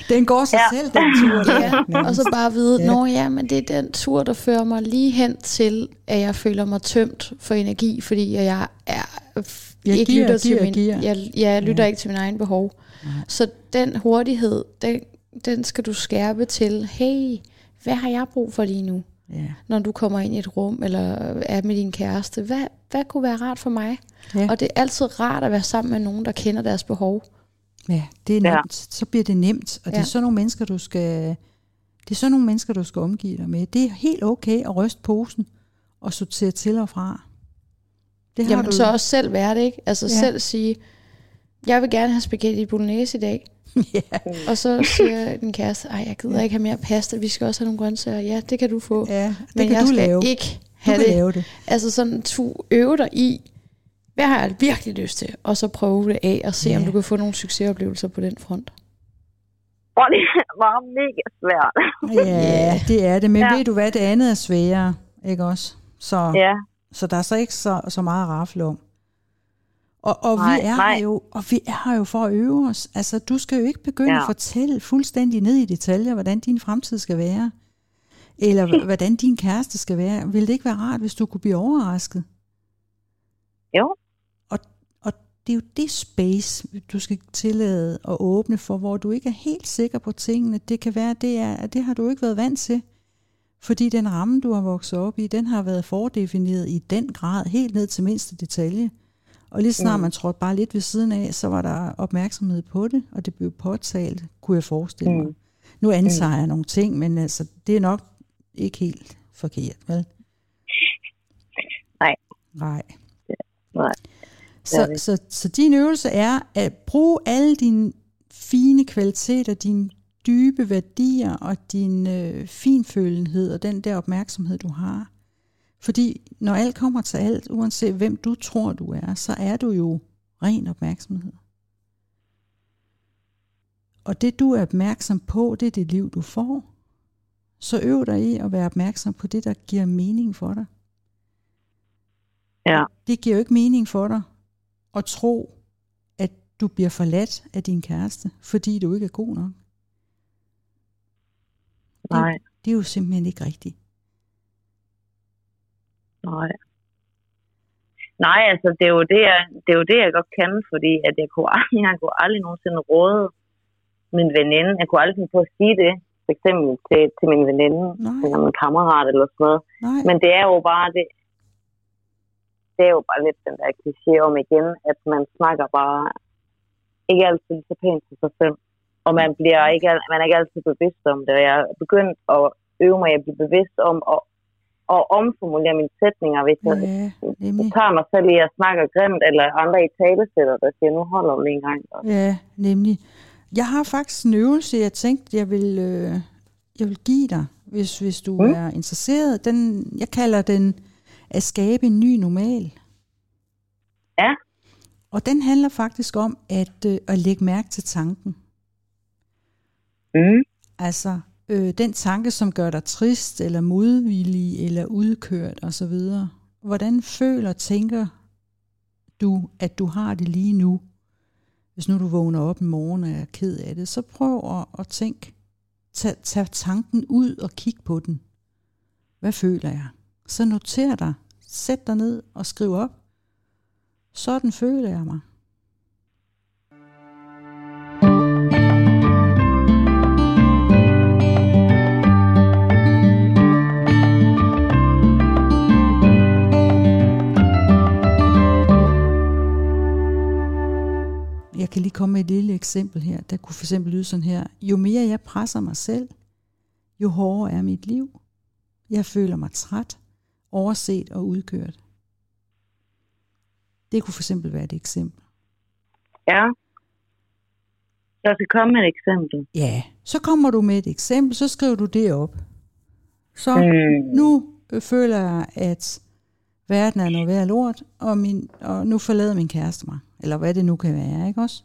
Speaker 2: Den går sig
Speaker 3: Ja.
Speaker 2: selv, den tur.
Speaker 1: Ja, og så bare vide,
Speaker 2: Ja.
Speaker 1: nå ja, men det er den tur, der fører mig lige hen til, at jeg føler mig tømt for energi, fordi jeg er
Speaker 2: Jeg
Speaker 1: ikke
Speaker 2: giver,
Speaker 1: lytter til
Speaker 2: giver,
Speaker 1: min,
Speaker 2: giver.
Speaker 1: jeg, jeg lytter
Speaker 2: Ja.
Speaker 1: ikke til min egen behov.
Speaker 2: Nej.
Speaker 1: Så den hurtighed, den, den skal du skærpe til, hey, hvad har jeg brug for lige nu?
Speaker 2: Ja.
Speaker 1: Når du kommer ind i et rum, eller er med din kæreste, hvad, hvad kunne være rart for mig?
Speaker 2: Ja.
Speaker 1: Og det er altid rart at være sammen med nogen, der kender deres behov.
Speaker 2: Ja, det er
Speaker 3: Ja.
Speaker 2: nemt. Så bliver det nemt, og det
Speaker 1: Ja.
Speaker 2: er sådan nogle mennesker, du skal det er sådan nogle mennesker, du skal omgive dig med. Det er helt okay at ryste posen og sortere til og fra. Det har
Speaker 1: Jamen
Speaker 2: du
Speaker 1: så også selv være det, ikke? Altså
Speaker 2: Ja.
Speaker 1: ja. selv sige, jeg vil gerne have spaghetti bolognese i dag.
Speaker 2: ja.
Speaker 1: Og så siger din kæreste, ej, jeg gider ikke have mere pasta, vi skal også have nogle grøntsager. Ja, det kan du få.
Speaker 2: ja, det
Speaker 1: men
Speaker 2: kan
Speaker 1: jeg
Speaker 2: du
Speaker 1: skal
Speaker 2: lave.
Speaker 1: ikke
Speaker 2: Du
Speaker 1: have
Speaker 2: kan
Speaker 1: det.
Speaker 2: lave det.
Speaker 1: Altså sådan, to øve dig i, hvad har jeg virkelig lyst til? Og så prøve det af og se,
Speaker 2: Ja.
Speaker 1: om du kan få nogle succesoplevelser på den front.
Speaker 3: Og det var mega svært.
Speaker 2: Ja, det er det. Men
Speaker 3: Ja.
Speaker 2: ved du hvad, det andet er sværere, ikke også? Så,
Speaker 3: Ja,
Speaker 2: så der er så ikke så, så meget at rafle om. Og, og,
Speaker 3: Nej,
Speaker 2: vi er
Speaker 3: nej.
Speaker 2: her jo, og vi er her jo for at øve os. Altså, du skal jo ikke begynde
Speaker 3: Ja.
Speaker 2: at fortælle fuldstændig ned i detaljer, hvordan din fremtid skal være. Eller h- hvordan din kæreste skal være. Vil det ikke være rart, hvis du kunne blive overrasket?
Speaker 3: jo.
Speaker 2: Og, og det er jo det space, du skal tillade at åbne for, hvor du ikke er helt sikker på tingene. Det kan være, det er, at det har du ikke været vant til. Fordi den ramme, du har vokset op i, den har været fordefineret i den grad, helt ned til mindste detalje. Og lige snart
Speaker 3: Mm.
Speaker 2: man trådte bare lidt ved siden af, så var der opmærksomhed på det, og det blev påtalt, kunne jeg forestille mig.
Speaker 3: Mm.
Speaker 2: Nu antager jeg nogle ting, men altså, det er nok ikke helt forkert, vel?
Speaker 3: Nej.
Speaker 2: Nej.
Speaker 3: Nej.
Speaker 2: Så,
Speaker 3: det.
Speaker 2: så, så din øvelse er at bruge alle dine fine kvaliteter, dine dybe værdier og din øh, finfølenhed og den der opmærksomhed, du har. Fordi når alt kommer til alt, uanset hvem du tror, du er, så er du jo ren opmærksomhed. Og det, du er opmærksom på, det er det liv, du får. Så øv dig i at være opmærksom på det, der giver mening for dig.
Speaker 3: Ja.
Speaker 2: Det giver jo ikke mening for dig at tro, at du bliver forladt af din kæreste, fordi du ikke er god nok.
Speaker 3: Nej.
Speaker 2: Det, det er jo simpelthen ikke rigtigt.
Speaker 3: Nej. Nej, altså det er jo det, jeg, det er jo det, jeg godt kan, fordi at jeg kunne aldrig, jeg kunne aldrig nogensinde råde min veninde. Jeg kunne aldrig finde på at sige det, for eksempel til, til min veninde,
Speaker 2: Nej.
Speaker 3: eller min kammerat eller sådan noget.
Speaker 2: Nej.
Speaker 3: Men det er jo bare det, det er jo bare lidt den der kliché om igen, at man snakker bare ikke altid så pænt til sig selv. Og man bliver ikke, man er ikke altid bevidst om det. Og jeg er begyndt at øve mig at blive bevidst om at, at omformulere mine sætninger, hvis jeg,
Speaker 2: Ja,
Speaker 3: jeg
Speaker 2: nemlig.
Speaker 3: tager mig selv i at snakke grimt, eller andre i talesætter, der siger, nu holder du lige en gang.
Speaker 2: Ja, nemlig. Jeg har faktisk en øvelse, jeg tænkte, jeg vil, øh, jeg vil give dig, hvis, hvis du
Speaker 3: Mm.
Speaker 2: er interesseret. Den, jeg kalder den at skabe en ny normal.
Speaker 3: Ja.
Speaker 2: Og den handler faktisk om at, øh, at lægge mærke til tanken.
Speaker 3: Mm.
Speaker 2: Altså øh, den tanke, som gør dig trist, eller modvillig, eller udkørt osv. Hvordan føler, tænker du, at du har det lige nu? Hvis nu du vågner op en morgen og er ked af det, så prøv at, at tænke, tag, tag tanken ud og kig på den. Hvad føler jeg? Så noter dig, sæt dig ned og skriv op. Sådan føler jeg mig. Jeg kan lige komme med et lille eksempel her. Der kunne for eksempel lyde sådan her. Jo mere jeg presser mig selv, jo hårdere er mit liv. Jeg føler mig træt, overset og udkørt. Det kunne for eksempel være et eksempel.
Speaker 3: Ja. Jeg skal komme med et eksempel.
Speaker 2: Ja, så kommer du med et eksempel, så skriver du det op. Så
Speaker 3: Mm.
Speaker 2: nu øh, føler jeg, at verden er noget værd lort, og, min, og nu forlader min kæreste mig. Eller hvad det nu kan være, ikke også?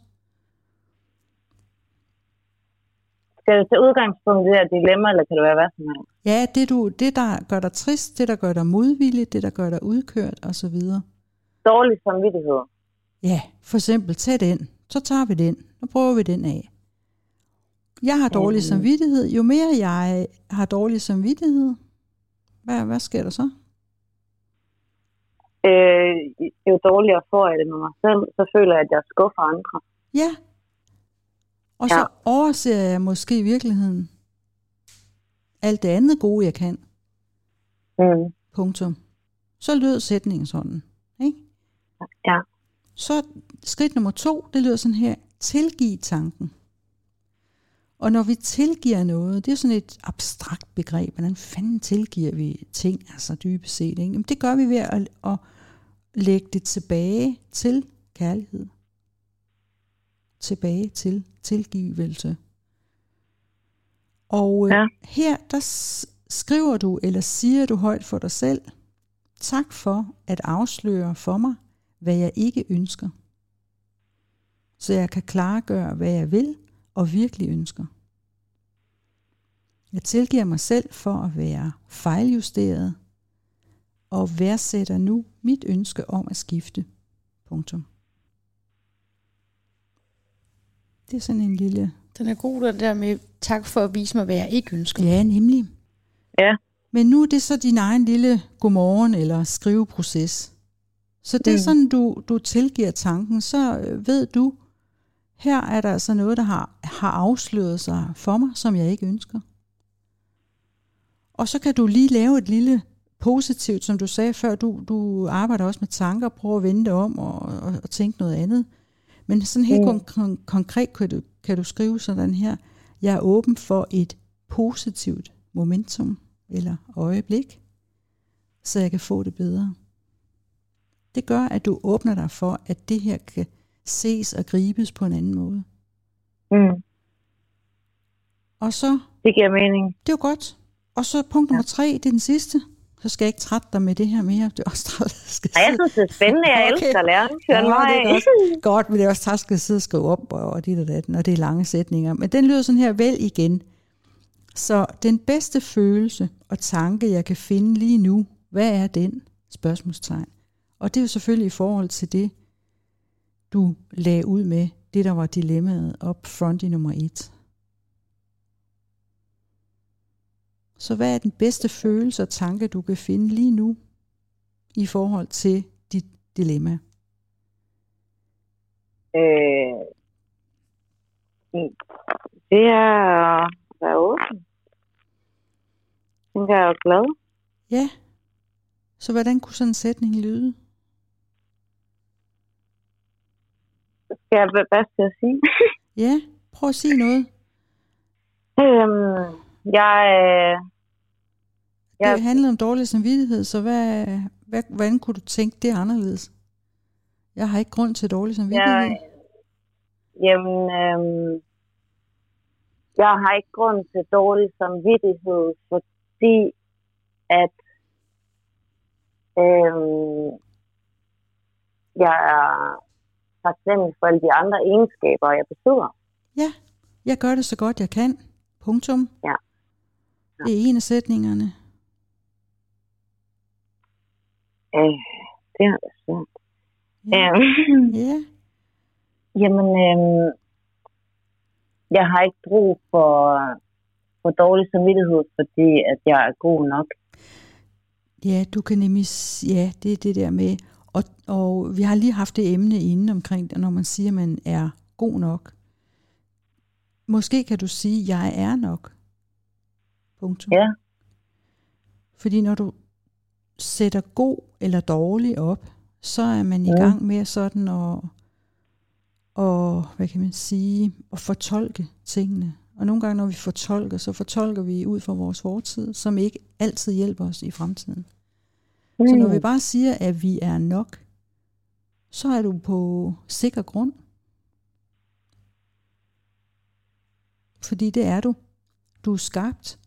Speaker 3: Skal det tage udgangspunkt i det her dilemma, eller kan det være hvad som helst?
Speaker 2: Ja, det, du, det der gør dig trist, det der gør dig modvillig, det der gør dig udkørt osv.
Speaker 3: Dårlig samvittighed.
Speaker 2: Ja, for eksempel tag den. Så tager vi den. Nu prøver vi den af. Jeg har dårlig
Speaker 3: Mm.
Speaker 2: samvittighed. Jo mere jeg har dårlig samvittighed, hvad, hvad sker der så?
Speaker 3: Øh, jo dårligere får jeg det med mig selv, så føler jeg, at jeg skuffer andre.
Speaker 2: Ja. Og så
Speaker 3: Ja.
Speaker 2: overser jeg måske i virkeligheden alt det andet gode, jeg kan.
Speaker 3: Mm.
Speaker 2: Punktum. Så lød sætningen sådan. Ikke?
Speaker 3: Ja.
Speaker 2: Så skridt nummer to, det lyder sådan her. Tilgiv tanken. Og når vi tilgiver noget, det er sådan et abstrakt begreb. Hvordan fanden tilgiver vi ting, altså dybest set? Ikke? Jamen, det gør vi ved at, at lægge det tilbage til kærlighed. Tilbage til tilgivelse. Og
Speaker 3: Ja.
Speaker 2: øh, her, der s- skriver du, eller siger du højt for dig selv, tak for at afsløre for mig, hvad jeg ikke ønsker. Så jeg kan klargøre, hvad jeg vil og virkelig ønsker. Jeg tilgiver mig selv for at være fejljusteret og værdsætter nu mit ønske om at skifte. Punktum. Det er sådan en lille...
Speaker 1: Den er god, den der med, tak for at vise mig, hvad jeg ikke ønsker.
Speaker 2: Ja, nemlig.
Speaker 3: Ja.
Speaker 2: Men nu er det så din egen lille godmorgen eller skriveproces. Så det er
Speaker 3: Mm.
Speaker 2: sådan, du, du tilgiver tanken, så øh, ved du, her er der altså noget, der har, har afsløret sig for mig, som jeg ikke ønsker. Og så kan du lige lave et lille positivt, som du sagde før, du, du arbejder også med tanker, prøver at vende det om og, og, og tænke noget andet. Men sådan helt
Speaker 3: Mm.
Speaker 2: kon- kon- konkret kan du, kan du skrive sådan her, jeg er åben for et positivt momentum eller øjeblik, så jeg kan få det bedre. Det gør, at du åbner dig for, at det her kan ses og gribes på en anden måde.
Speaker 3: Mm.
Speaker 2: Og så,
Speaker 3: Det giver mening.
Speaker 2: det er jo godt. Og så punkt nummer tre, det er den sidste. Så skal jeg ikke trætte dig med det her mere. Det er også træt, at jeg skal
Speaker 3: Ja, jeg synes, det er spændende. Jeg
Speaker 2: Okay.
Speaker 3: elsker at lære.
Speaker 2: Ja,
Speaker 3: Kør den vej.
Speaker 2: det er godt. Godt, men det er også træt, at jeg sidde og skrive op og, og dit og datten, og det er lange sætninger. Men den lyder sådan her, vel igen. Så den bedste følelse og tanke, jeg kan finde lige nu, hvad er den? Spørgsmålstegn. Og det er jo selvfølgelig i forhold til det, du lagde ud med, det der var dilemmaet op front i nummer et. Så hvad er den bedste følelse og tanke, du kan finde lige nu, i forhold til dit dilemma?
Speaker 3: Øh, det er at være åben. Den er jeg glad.
Speaker 2: Ja. Så hvordan kunne sådan en sætning lyde?
Speaker 3: Skal jeg, hvad skal jeg sige?
Speaker 2: Ja, prøv at sige noget.
Speaker 3: øhm, jeg, jeg,
Speaker 2: Det handlede om dårlig samvittighed, så hvad, hvad, hvordan kunne du tænke det anderledes? Jeg har ikke grund til dårlig samvittighed.
Speaker 3: jeg, jamen, øhm, jeg har ikke grund til dårlig samvittighed, fordi at øhm, jeg er taknemmelig for alle de andre egenskaber, jeg besidder.
Speaker 2: Ja, jeg gør det så godt jeg kan. Punktum.
Speaker 3: Ja. Ja.
Speaker 2: Det er en af sætningerne.
Speaker 3: Øh, det er da svært.
Speaker 2: Ja.
Speaker 3: Øhm,
Speaker 2: Ja.
Speaker 3: jamen, øhm, jeg har ikke brug for, for dårlig samvittighed, fordi at jeg er god nok.
Speaker 2: Ja, du kan nemlig, s- ja, det er det der med, og, og vi har lige haft det emne inde omkring det, når man siger, at man er god nok. Måske kan du sige, at jeg er nok. Punktum.
Speaker 3: Ja.
Speaker 2: Fordi når du sætter god eller dårlig op, så er man i
Speaker 3: Ja.
Speaker 2: gang med sådan at, og, hvad kan man sige, at fortolke tingene. Og nogle gange, når vi fortolker, så fortolker vi ud fra vores fortid, som ikke altid hjælper os i fremtiden. Mm. Så når vi bare siger, at vi er nok, så er du på sikker grund. Fordi det er du. Du er skabt.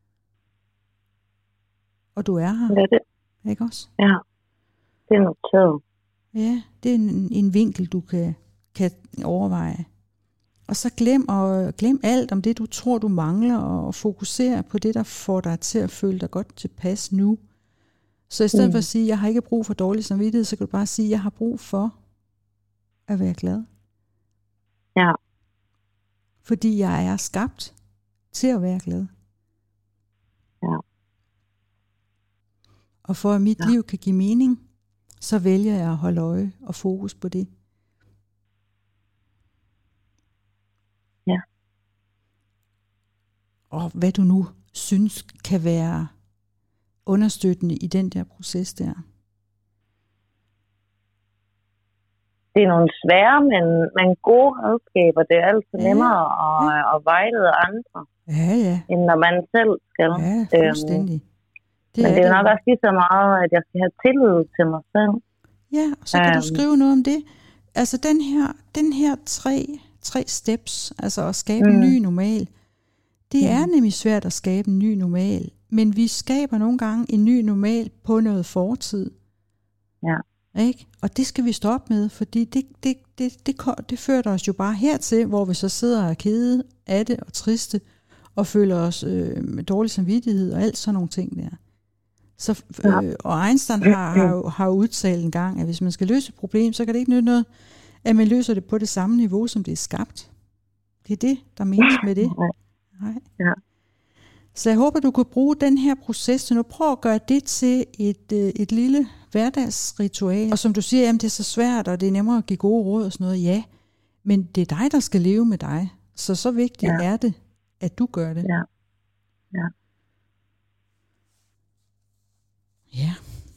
Speaker 2: Og du er her.
Speaker 3: Det er det.
Speaker 2: Ikke også?
Speaker 3: Ja, det er noteret.
Speaker 2: Ja, det er en, en vinkel, du kan, kan overveje. Og så glem, og, glem alt om det, du tror, du mangler, og fokusere på det, der får dig til at føle dig godt tilpas nu. Så i stedet mm. for at sige, jeg har ikke brug for dårlig samvittighed, så kan du bare sige, jeg har brug for at være glad.
Speaker 3: Ja.
Speaker 2: Fordi jeg er skabt til at være glad.
Speaker 3: Ja.
Speaker 2: Og for at mit
Speaker 3: ja.
Speaker 2: liv kan give mening, så vælger jeg at holde øje og fokus på det.
Speaker 3: Ja.
Speaker 2: Og hvad du nu synes kan være understøttende i den der proces der.
Speaker 3: Det er nogle svære, men, men gode redskaber. Det er altid
Speaker 2: ja.
Speaker 3: nemmere at,
Speaker 2: ja.
Speaker 3: at vejlede andre,
Speaker 2: ja, ja.
Speaker 3: end når man selv skal.
Speaker 2: Ja, fuldstændig.
Speaker 3: Det men er det er det. Nok også lige så meget, at jeg skal have tillid til mig selv.
Speaker 2: Ja, og så kan um, du skrive noget om det. Altså den her, den her tre, tre steps, altså at skabe mm. en ny normal, det mm. er nemlig svært at skabe en ny normal, men vi skaber nogle gange en ny normal på noget fortid.
Speaker 3: Ja.
Speaker 2: Ikke? Og det skal vi stoppe med, fordi det, det, det, det, det, det fører os jo bare hertil, hvor vi så sidder og er kede af det og triste, og føler os øh, med dårlig samvittighed og alt sådan nogle ting der. Så, øh, og Einstein har, har, har udtalt en gang, at hvis man skal løse et problem, så kan det ikke nytte noget, at man løser det på det samme niveau, som det er skabt. Det er det, der menes med det. Nej.
Speaker 3: Ja.
Speaker 2: Så jeg håber, du kan bruge den her proces til nu. Prøv at gøre det til et, et lille hverdagsritual. Og som du siger, jamen det er så svært, og det er nemmere at give gode råd og sådan noget. Ja, men det er dig, der skal leve med dig. Så så vigtigt ja. er det, at du gør det.
Speaker 3: Ja. Ja.
Speaker 2: Ja.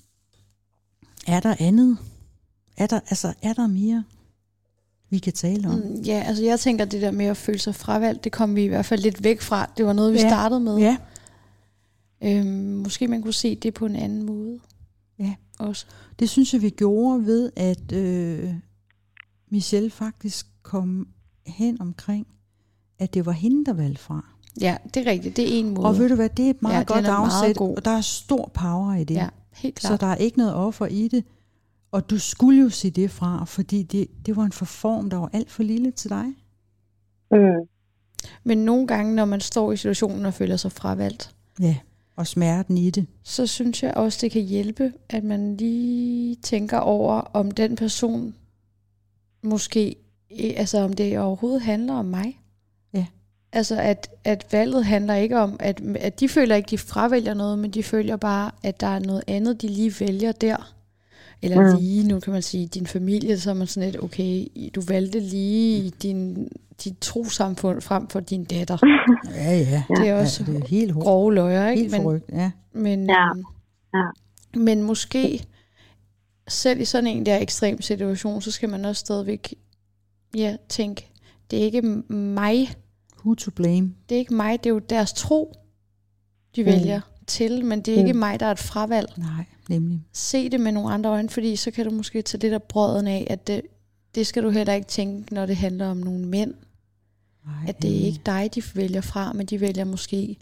Speaker 2: Er der andet? Er der, altså, er der mere, vi kan tale om?
Speaker 1: Mm, ja, altså jeg tænker, det der med at føle sig fravalgt, det kom vi i hvert fald lidt væk fra. Det var noget, vi
Speaker 2: ja.
Speaker 1: startede med.
Speaker 2: Ja.
Speaker 1: Øhm, måske man kunne se det på en anden måde.
Speaker 2: Ja.
Speaker 1: Også.
Speaker 2: Det synes jeg, vi gjorde ved, at øh, Michelle faktisk kom hen omkring, at det var hende, der valgte fra.
Speaker 1: Ja, det er rigtigt. Det er en måde.
Speaker 2: Og ved du hvad, det er et meget
Speaker 1: ja,
Speaker 2: godt afsæt,
Speaker 1: meget
Speaker 2: og der er stor power i det.
Speaker 1: Ja, helt klart.
Speaker 2: Så der er ikke noget offer i det. Og du skulle jo sige det fra, fordi det, det var en forform, der var alt for lille til dig.
Speaker 3: Mm.
Speaker 1: Men nogle gange, når man står i situationen og føler sig fravalgt,
Speaker 2: ja, og smerten i det,
Speaker 1: så synes jeg også, det kan hjælpe, at man lige tænker over, om den person måske, altså om det overhovedet handler om mig.
Speaker 2: Ja.
Speaker 1: Altså at, at valget handler ikke om, at, at de føler ikke, de fravælger noget, men de føler bare, at der er noget andet, de lige vælger der. Eller mm. lige, nu kan man sige, din familie, så er man sådan lidt, okay, du valgte lige din, dit trosamfund frem for din datter.
Speaker 2: Ja, ja.
Speaker 1: Det er også
Speaker 2: ja, det er helt
Speaker 1: grove løjer, ikke?
Speaker 2: Helt forrygt, ja.
Speaker 1: Men,
Speaker 3: ja. Ja.
Speaker 1: men måske, selv i sådan en der ekstrem situation, så skal man også stadigvæk ja, tænke, det er ikke mig.
Speaker 2: Who to blame?
Speaker 1: Det er ikke mig, det er jo deres tro, de mm. vælger til, men det er ikke mm. mig, der er et fravalg.
Speaker 2: Nej, nemlig.
Speaker 1: Se det med nogle andre øjne, fordi så kan du måske tage det der brøden af, at det, det skal du heller ikke tænke, når det handler om nogle mænd.
Speaker 2: Nej,
Speaker 1: at det er ikke dig, de vælger fra, men de vælger måske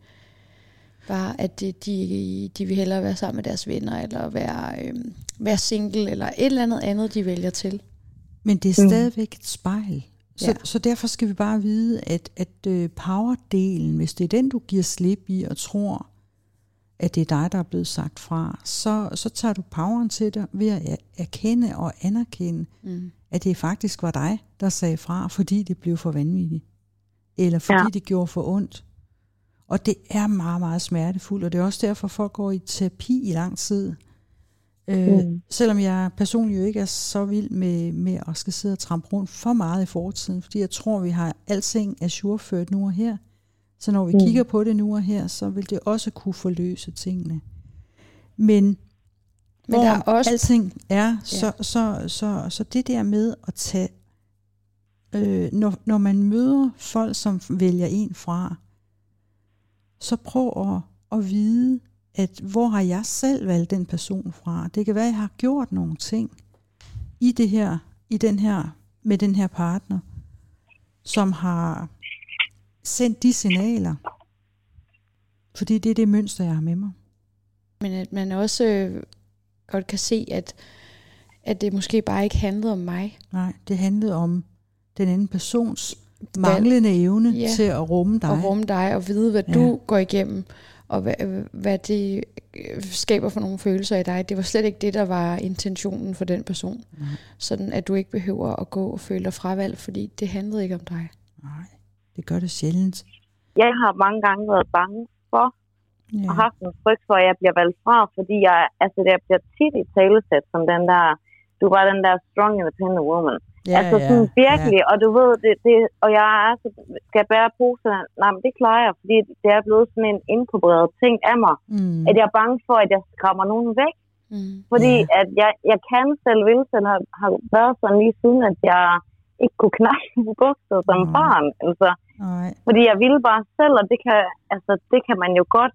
Speaker 1: bare, at det, de, de vil hellere være sammen med deres venner, eller være, øhm, være single, eller et eller andet andet, de vælger til.
Speaker 2: Men det er stadigvæk et spejl. Så,
Speaker 1: ja.
Speaker 2: så derfor skal vi bare vide, at, at uh, powerdelen, hvis det er den, du giver slip i, og tror, at det er dig, der er blevet sagt fra, så, så tager du poweren til dig ved at erkende og anerkende, mm. at det faktisk var dig, der sagde fra, fordi det blev for vanvittigt. Eller fordi ja. det gjorde for ondt. Og det er meget, meget smertefuldt, og det er også derfor, folk går i terapi i lang tid. Øh, mm. Selvom jeg personligt jo ikke er så vild med, med at skal sidde og trampe rundt for meget i fortiden, fordi jeg tror, vi har alting ajourført nu og her. Så når vi mm. kigger på det nu og her, så vil det også kunne forløse tingene. Men, Men hvor der er også alting er, ja. så, så, så, så det der med at tage, øh, når, når man møder folk, som vælger en fra, så prøv at, at vide, at hvor har jeg selv valgt den person fra? Det kan være, at jeg har gjort nogle ting i det her, i den her, med den her partner, som har sendt de signaler. Fordi det er det mønster, jeg har med mig.
Speaker 1: Men at man også øh, godt kan se, at, at det måske bare ikke handlede om mig.
Speaker 2: Nej, det handlede om den anden persons manglende evne ja, til at rumme dig.
Speaker 1: Og rumme dig og vide, hvad ja. du går igennem. Og hvad, hvad det skaber for nogle følelser i dig. Det var slet ikke det, der var intentionen for den person.
Speaker 2: Nej.
Speaker 1: Sådan at du ikke behøver at gå og føle dig fravalgt, fordi det handlede ikke om dig.
Speaker 2: Nej. Det gør det sjældent.
Speaker 3: Jeg har mange gange været bange for, ja. og haft en frygt for, at jeg bliver valgt fra, fordi jeg, altså, jeg bliver tit i talesæt som den der, du var den der strong independent woman. Ja, altså sådan ja, virkelig, ja. Og du ved, det, det, og jeg er så, skal jeg bære posen, nej, men det klarer jeg, fordi det er blevet sådan en inkorporeret ting af mig, mm. at jeg er bange for, at jeg skræmmer nogen væk. Mm. Fordi ja. at jeg, jeg kan selv vil, selv har, har været sådan lige siden, at jeg ikke kunne knække på bukser som mm. barn. Altså, mm. Fordi jeg ville bare selv, og det kan, altså, det kan man jo godt,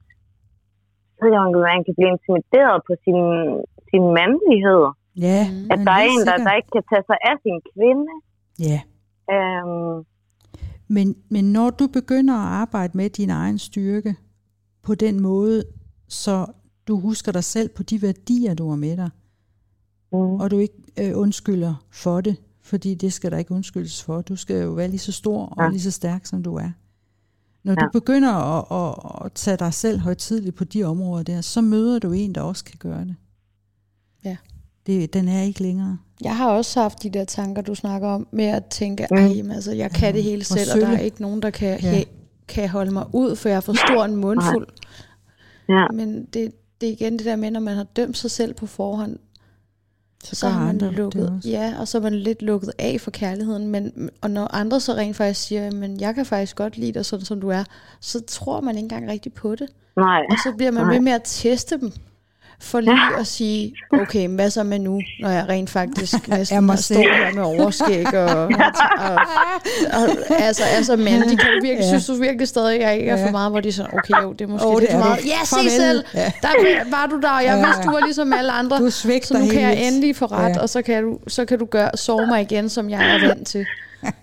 Speaker 3: så man kan blive intimideret på sin, sin mandlighed.
Speaker 2: Ja,
Speaker 3: at der er en, der, der ikke kan tage sig af sin kvinde.
Speaker 2: Ja.
Speaker 3: Øhm.
Speaker 2: Men, men når du begynder at arbejde med din egen styrke på den måde, så du husker dig selv på de værdier, du har med dig, mm. og du ikke øh, undskylder for det, fordi det skal der ikke undskyldes for. Du skal jo være lige så stor og ja. lige så stærk, som du er. Når ja. du begynder at, at, at tage dig selv højtideligt på de områder der, så møder du en, der også kan gøre det.
Speaker 1: Ja.
Speaker 2: Det, den er ikke længere.
Speaker 1: Jeg har også haft de der tanker, du snakker om, med at tænke, ej, altså, jeg kan det hele selv, og der er ikke nogen, der kan, ja. he, kan holde mig ud, for jeg er for stor en mundfuld.
Speaker 3: Ja.
Speaker 1: Men det, det er igen det der med, når man har dømt sig selv på forhånd, så, så har man lukket, ja, og så er man lidt lukket af for kærligheden. Men, og når andre så rent faktisk siger, men jeg kan faktisk godt lide dig sådan, som du er, så tror man ikke engang rigtigt på det.
Speaker 3: Nej.
Speaker 1: Og så bliver man ved med at teste dem. For lige at sige, okay, hvad så med nu, når jeg rent faktisk næsten har stået her med overskæg, og, og, og, og altså, altså mænd, de kan jo virkelig, ja. synes du virkelig stadig, at jeg ikke er for meget, hvor de er sådan, okay, jo, det er måske oh, lidt for meget. Du. Ja, se selv, ja. der var du der, og jeg ja. vidste, du var ligesom alle andre, så nu kan jeg endelig få ret, ja. og så kan du, så kan du gøre, sove mig igen, som jeg er vant til.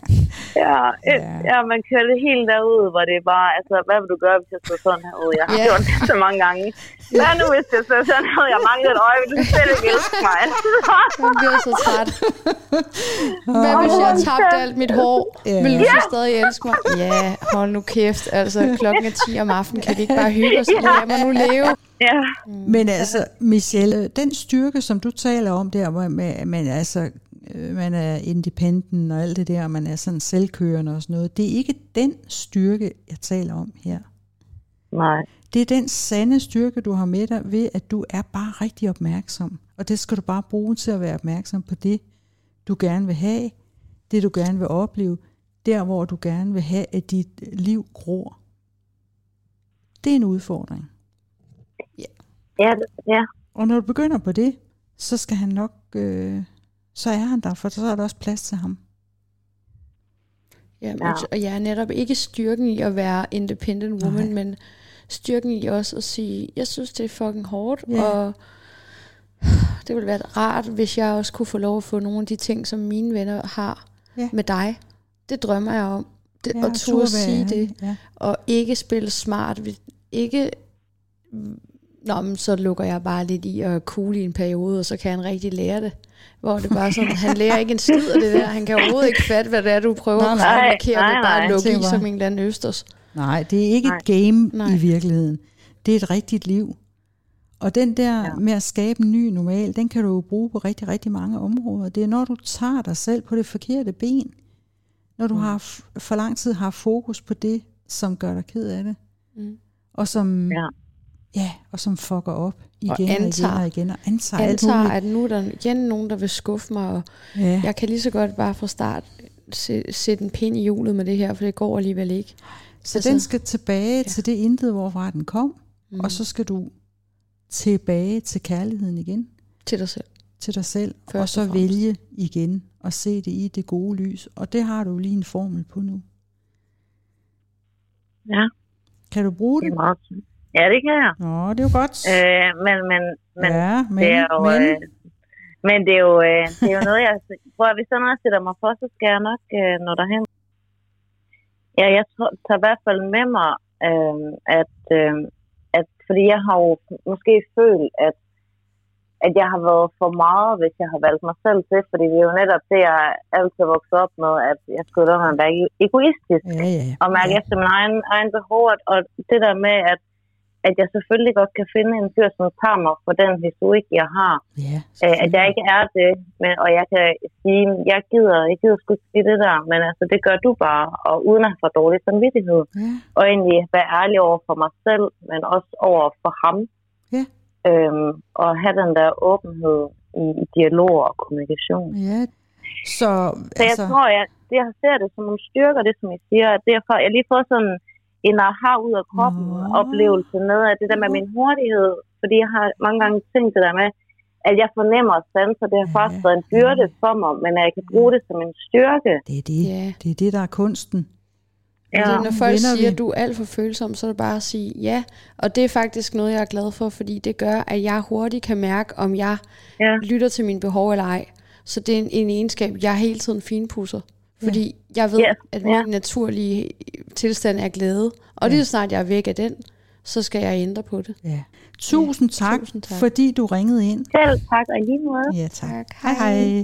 Speaker 3: Ja, et, ja. ja, man kører det helt derud, hvor det er bare, altså, hvad vil du gøre, hvis jeg står sådan herude? Jeg har yeah. gjort det så mange gange. Hvad nu, hvis jeg står sådan herude? Jeg mangler et øje, vil du slet ikke elske mig?
Speaker 1: Jeg bliver så træt. Hvad hvis jeg har tabt alt mit hår? Yeah. Vil du så stadig elske mig? Ja, hold nu kæft. Altså, klokken er ti om aftenen. Kan vi ikke bare hygge os? Lad mig nu leve.
Speaker 3: Ja.
Speaker 2: Men altså, Michelle, den styrke, som du taler om der, hvor man, man altså man er independent og alt det der, og man er sådan selvkørende og sådan noget. Det er ikke den styrke, jeg taler om her.
Speaker 3: Nej.
Speaker 2: Det er den sande styrke, du har med dig ved, at du er bare rigtig opmærksom. Og det skal du bare bruge til at være opmærksom på det, du gerne vil have, det du gerne vil opleve, der hvor du gerne vil have, at dit liv gror. Det er en udfordring.
Speaker 3: Ja. Ja, ja.
Speaker 2: Og når du begynder på det, så skal han nok... Øh, så er han der, for så er der også plads til ham.
Speaker 1: Ja, men, og jeg er netop ikke styrken i at være independent woman, Nej. men styrken i også at sige, jeg synes, det er fucking hårdt, yeah. og det ville være rart, hvis jeg også kunne få lov at få nogle af de ting, som mine venner har yeah. med dig. Det drømmer jeg om. Det, ja, og turde at sige det. Ja. Og ikke spille smart. Ikke... Nå, men så lukker jeg bare lidt i og er cool i en periode, og så kan han rigtig lære det. Hvor det bare sådan, han lærer ikke en skid af det der. Han kan overhovedet ikke fatte, hvad det er, du prøver nej, nej, at markere det, bare lukke i som en eller anden østers.
Speaker 2: Nej, det er ikke nej. et game nej. i virkeligheden. Det er et rigtigt liv. Og den der ja. med at skabe en ny normal, den kan du jo bruge på rigtig, rigtig mange områder. Det er når du tager dig selv på det forkerte ben. Når du mm. har for lang tid har fokus på det, som gør dig ked af det. Mm. Og som... Ja. Ja, og som fucker op igen og, antager, og igen og igen, og antager,
Speaker 1: antager at nu er der igen nogen, der vil skuffe mig, og ja. jeg kan lige så godt bare fra start sætte en pind i hjulet med det her, for det går alligevel ikke.
Speaker 2: Så altså, den skal tilbage ja. til det intet, hvorfra den kom, mm. og så skal du tilbage til kærligheden igen.
Speaker 1: Til dig selv.
Speaker 2: Til dig selv, Først og så og vælge igen, og se det i det gode lys, og det har du lige en formel på nu.
Speaker 3: Ja.
Speaker 2: Kan du bruge det?
Speaker 3: Det er meget fint. Ja, det kan jeg.
Speaker 2: Nå, det er jo godt.
Speaker 3: Øh, men, men, men,
Speaker 2: ja, men,
Speaker 3: det er jo,
Speaker 2: men.
Speaker 3: Øh, men det er jo, øh, det er jo noget, jeg... Hvor hvis der er noget, jeg sætter mig for, så skal jeg nok øh, nå derhen. Ja, jeg tager i hvert fald med mig, øh, at, øh, at... Fordi jeg har jo måske følt, at, at jeg har været for meget, hvis jeg har valgt mig selv til. Fordi det er jo netop det, jeg altid har vokset op med, at jeg skulle da være egoistisk.
Speaker 2: Ja, ja, ja.
Speaker 3: Og mærke ja. efter min egen, egen behov. Og det der med, at at jeg selvfølgelig godt kan finde en fyr, som tager mig for den historik, jeg har.
Speaker 2: Ja,
Speaker 3: at jeg ikke er det, men, og jeg kan sige, jeg gider, jeg gider sgu sige det der, men altså, det gør du bare, og uden at få dårlig samvittighed.
Speaker 2: Ja.
Speaker 3: Og egentlig være ærlig over for mig selv, men også over for ham.
Speaker 2: Ja.
Speaker 3: Øhm, og have den der åbenhed i, i dialog og kommunikation.
Speaker 2: Ja. Så,
Speaker 3: Så jeg altså... tror, jeg, det, jeg ser det som nogle styrker, det som I siger, at derfor, jeg lige får sådan en aha ud af kroppen
Speaker 2: Nå.
Speaker 3: oplevelse med, at det der med min hurtighed, fordi jeg har mange gange tænkt det der med, at jeg fornemmer sanser, det har ja, faktisk været en byrde ja. for mig, men at jeg kan bruge det som en styrke.
Speaker 2: Det er det, ja. det, er det der er kunsten.
Speaker 1: Ja. Det, når folk Vinder siger, at du er alt for følsom, så er det bare at sige ja. Og det er faktisk noget, jeg er glad for, fordi det gør, at jeg hurtigt kan mærke, om jeg ja. lytter til mine behov eller ej. Så det er en, en egenskab, jeg hele tiden finpudser. Fordi ja. jeg ved, yes. at min ja. naturlige tilstand er glæde. Og ja. lige så snart jeg er væk af den, så skal jeg ændre på det.
Speaker 2: Ja. Tusind, ja. tak, Tusind tak, fordi du ringede ind.
Speaker 3: Selv tak, og lige måde.
Speaker 2: Ja, tak. tak. Hej, hej.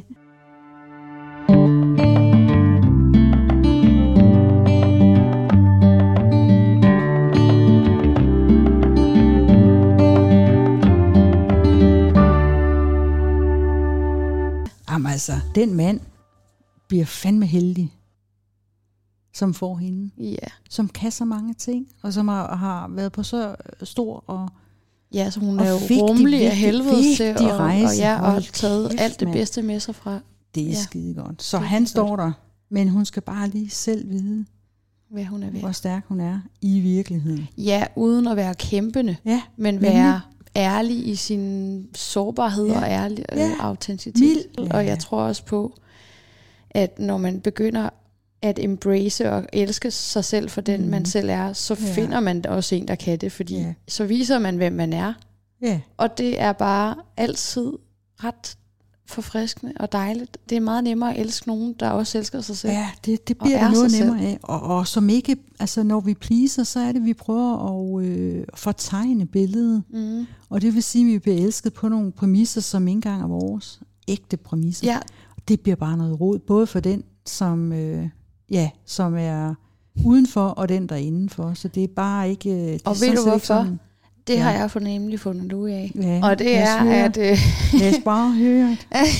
Speaker 2: Jamen altså, den mand bliver fandme heldig, som får hende.
Speaker 1: Ja.
Speaker 2: Som kan så mange ting, og som har, har været på så stor og
Speaker 1: ja, så hun er jo rummelig af helvede til, og, og, ja, og har taget kæft, alt det bedste med sig fra.
Speaker 2: Det er ja. skide godt. Så han
Speaker 1: godt.
Speaker 2: står der, men hun skal bare lige selv vide,
Speaker 1: hvad hun er ved.
Speaker 2: Hvor stærk hun er i virkeligheden.
Speaker 1: Ja, uden at være kæmpende,
Speaker 2: ja,
Speaker 1: men være ærlig i sin sårbarhed ja. og ærlig ja. øh, autenticitet. Ja. Og jeg tror også på, at når man begynder at embrace og elske sig selv for den, mm. man selv er, så ja. finder man også en, der kan det, fordi ja. så viser man, hvem man er.
Speaker 2: Ja.
Speaker 1: Og det er bare altid ret forfriskende og dejligt. Det er meget nemmere at elske nogen, der også elsker sig selv.
Speaker 2: Ja, det, det bliver der noget nemmere af. Og, og som ikke, altså når vi pleaser, så er det, vi prøver at øh, fortegne billedet. Mm. Og det vil sige, at vi bliver elsket på nogle præmisser, som ikke engang er vores ægte præmisser.
Speaker 1: Ja.
Speaker 2: Det bliver bare noget rod, både for den, som, øh, ja, som er udenfor, og den, der er indenfor. Så det er bare ikke... Det
Speaker 1: og
Speaker 2: er
Speaker 1: ved du hvorfor?
Speaker 2: Sådan,
Speaker 1: det ja. har jeg fornemmelig fundet ud af.
Speaker 2: Ja,
Speaker 1: og det er, at... Øh,
Speaker 2: lad os bare høre.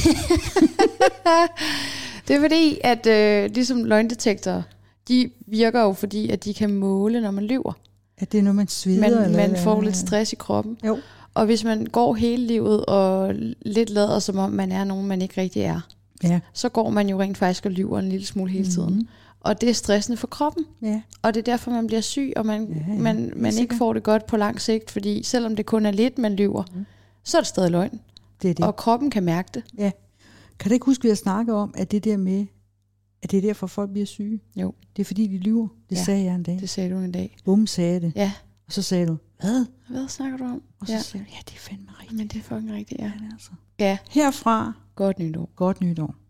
Speaker 1: Det er fordi, at øh, ligesom løgndetektorer, de virker jo fordi, at de kan måle, når man lyver.
Speaker 2: At det er noget, man sveder?
Speaker 1: Man,
Speaker 2: eller
Speaker 1: man
Speaker 2: eller,
Speaker 1: får lidt stress i kroppen.
Speaker 2: Jo.
Speaker 1: Og hvis man går hele livet og lidt lader, som om man er nogen, man ikke rigtig er,
Speaker 2: ja.
Speaker 1: så går man jo rent faktisk og lyver en lille smule hele tiden. Mm-hmm. Og det er stressende for kroppen.
Speaker 2: Ja.
Speaker 1: Og det er derfor, man bliver syg, og man,
Speaker 2: ja, ja.
Speaker 1: man, man ikke får det godt på lang sigt, fordi selvom det kun er lidt, man lyver, mm. så er det stadig løgn.
Speaker 2: Det er det.
Speaker 1: Og kroppen kan mærke det.
Speaker 2: Ja. Kan du ikke huske, at jeg snakkede om, at det der med, at det er derfor, folk bliver syge?
Speaker 1: Jo.
Speaker 2: Det er fordi, de lyver. Det ja. sagde jeg en dag.
Speaker 1: Det sagde du en dag.
Speaker 2: Bum sagde det.
Speaker 1: Ja.
Speaker 2: Og så sagde du, hvad?
Speaker 1: Hvad snakker du om?
Speaker 2: Og så ja. sagde du, ja, det er fandme rigtigt.
Speaker 1: Men det er fucking rigtigt, ja.
Speaker 2: Ja, det er altså.
Speaker 1: Ja.
Speaker 2: Herfra.
Speaker 1: Godt nytår.
Speaker 2: Godt nytår.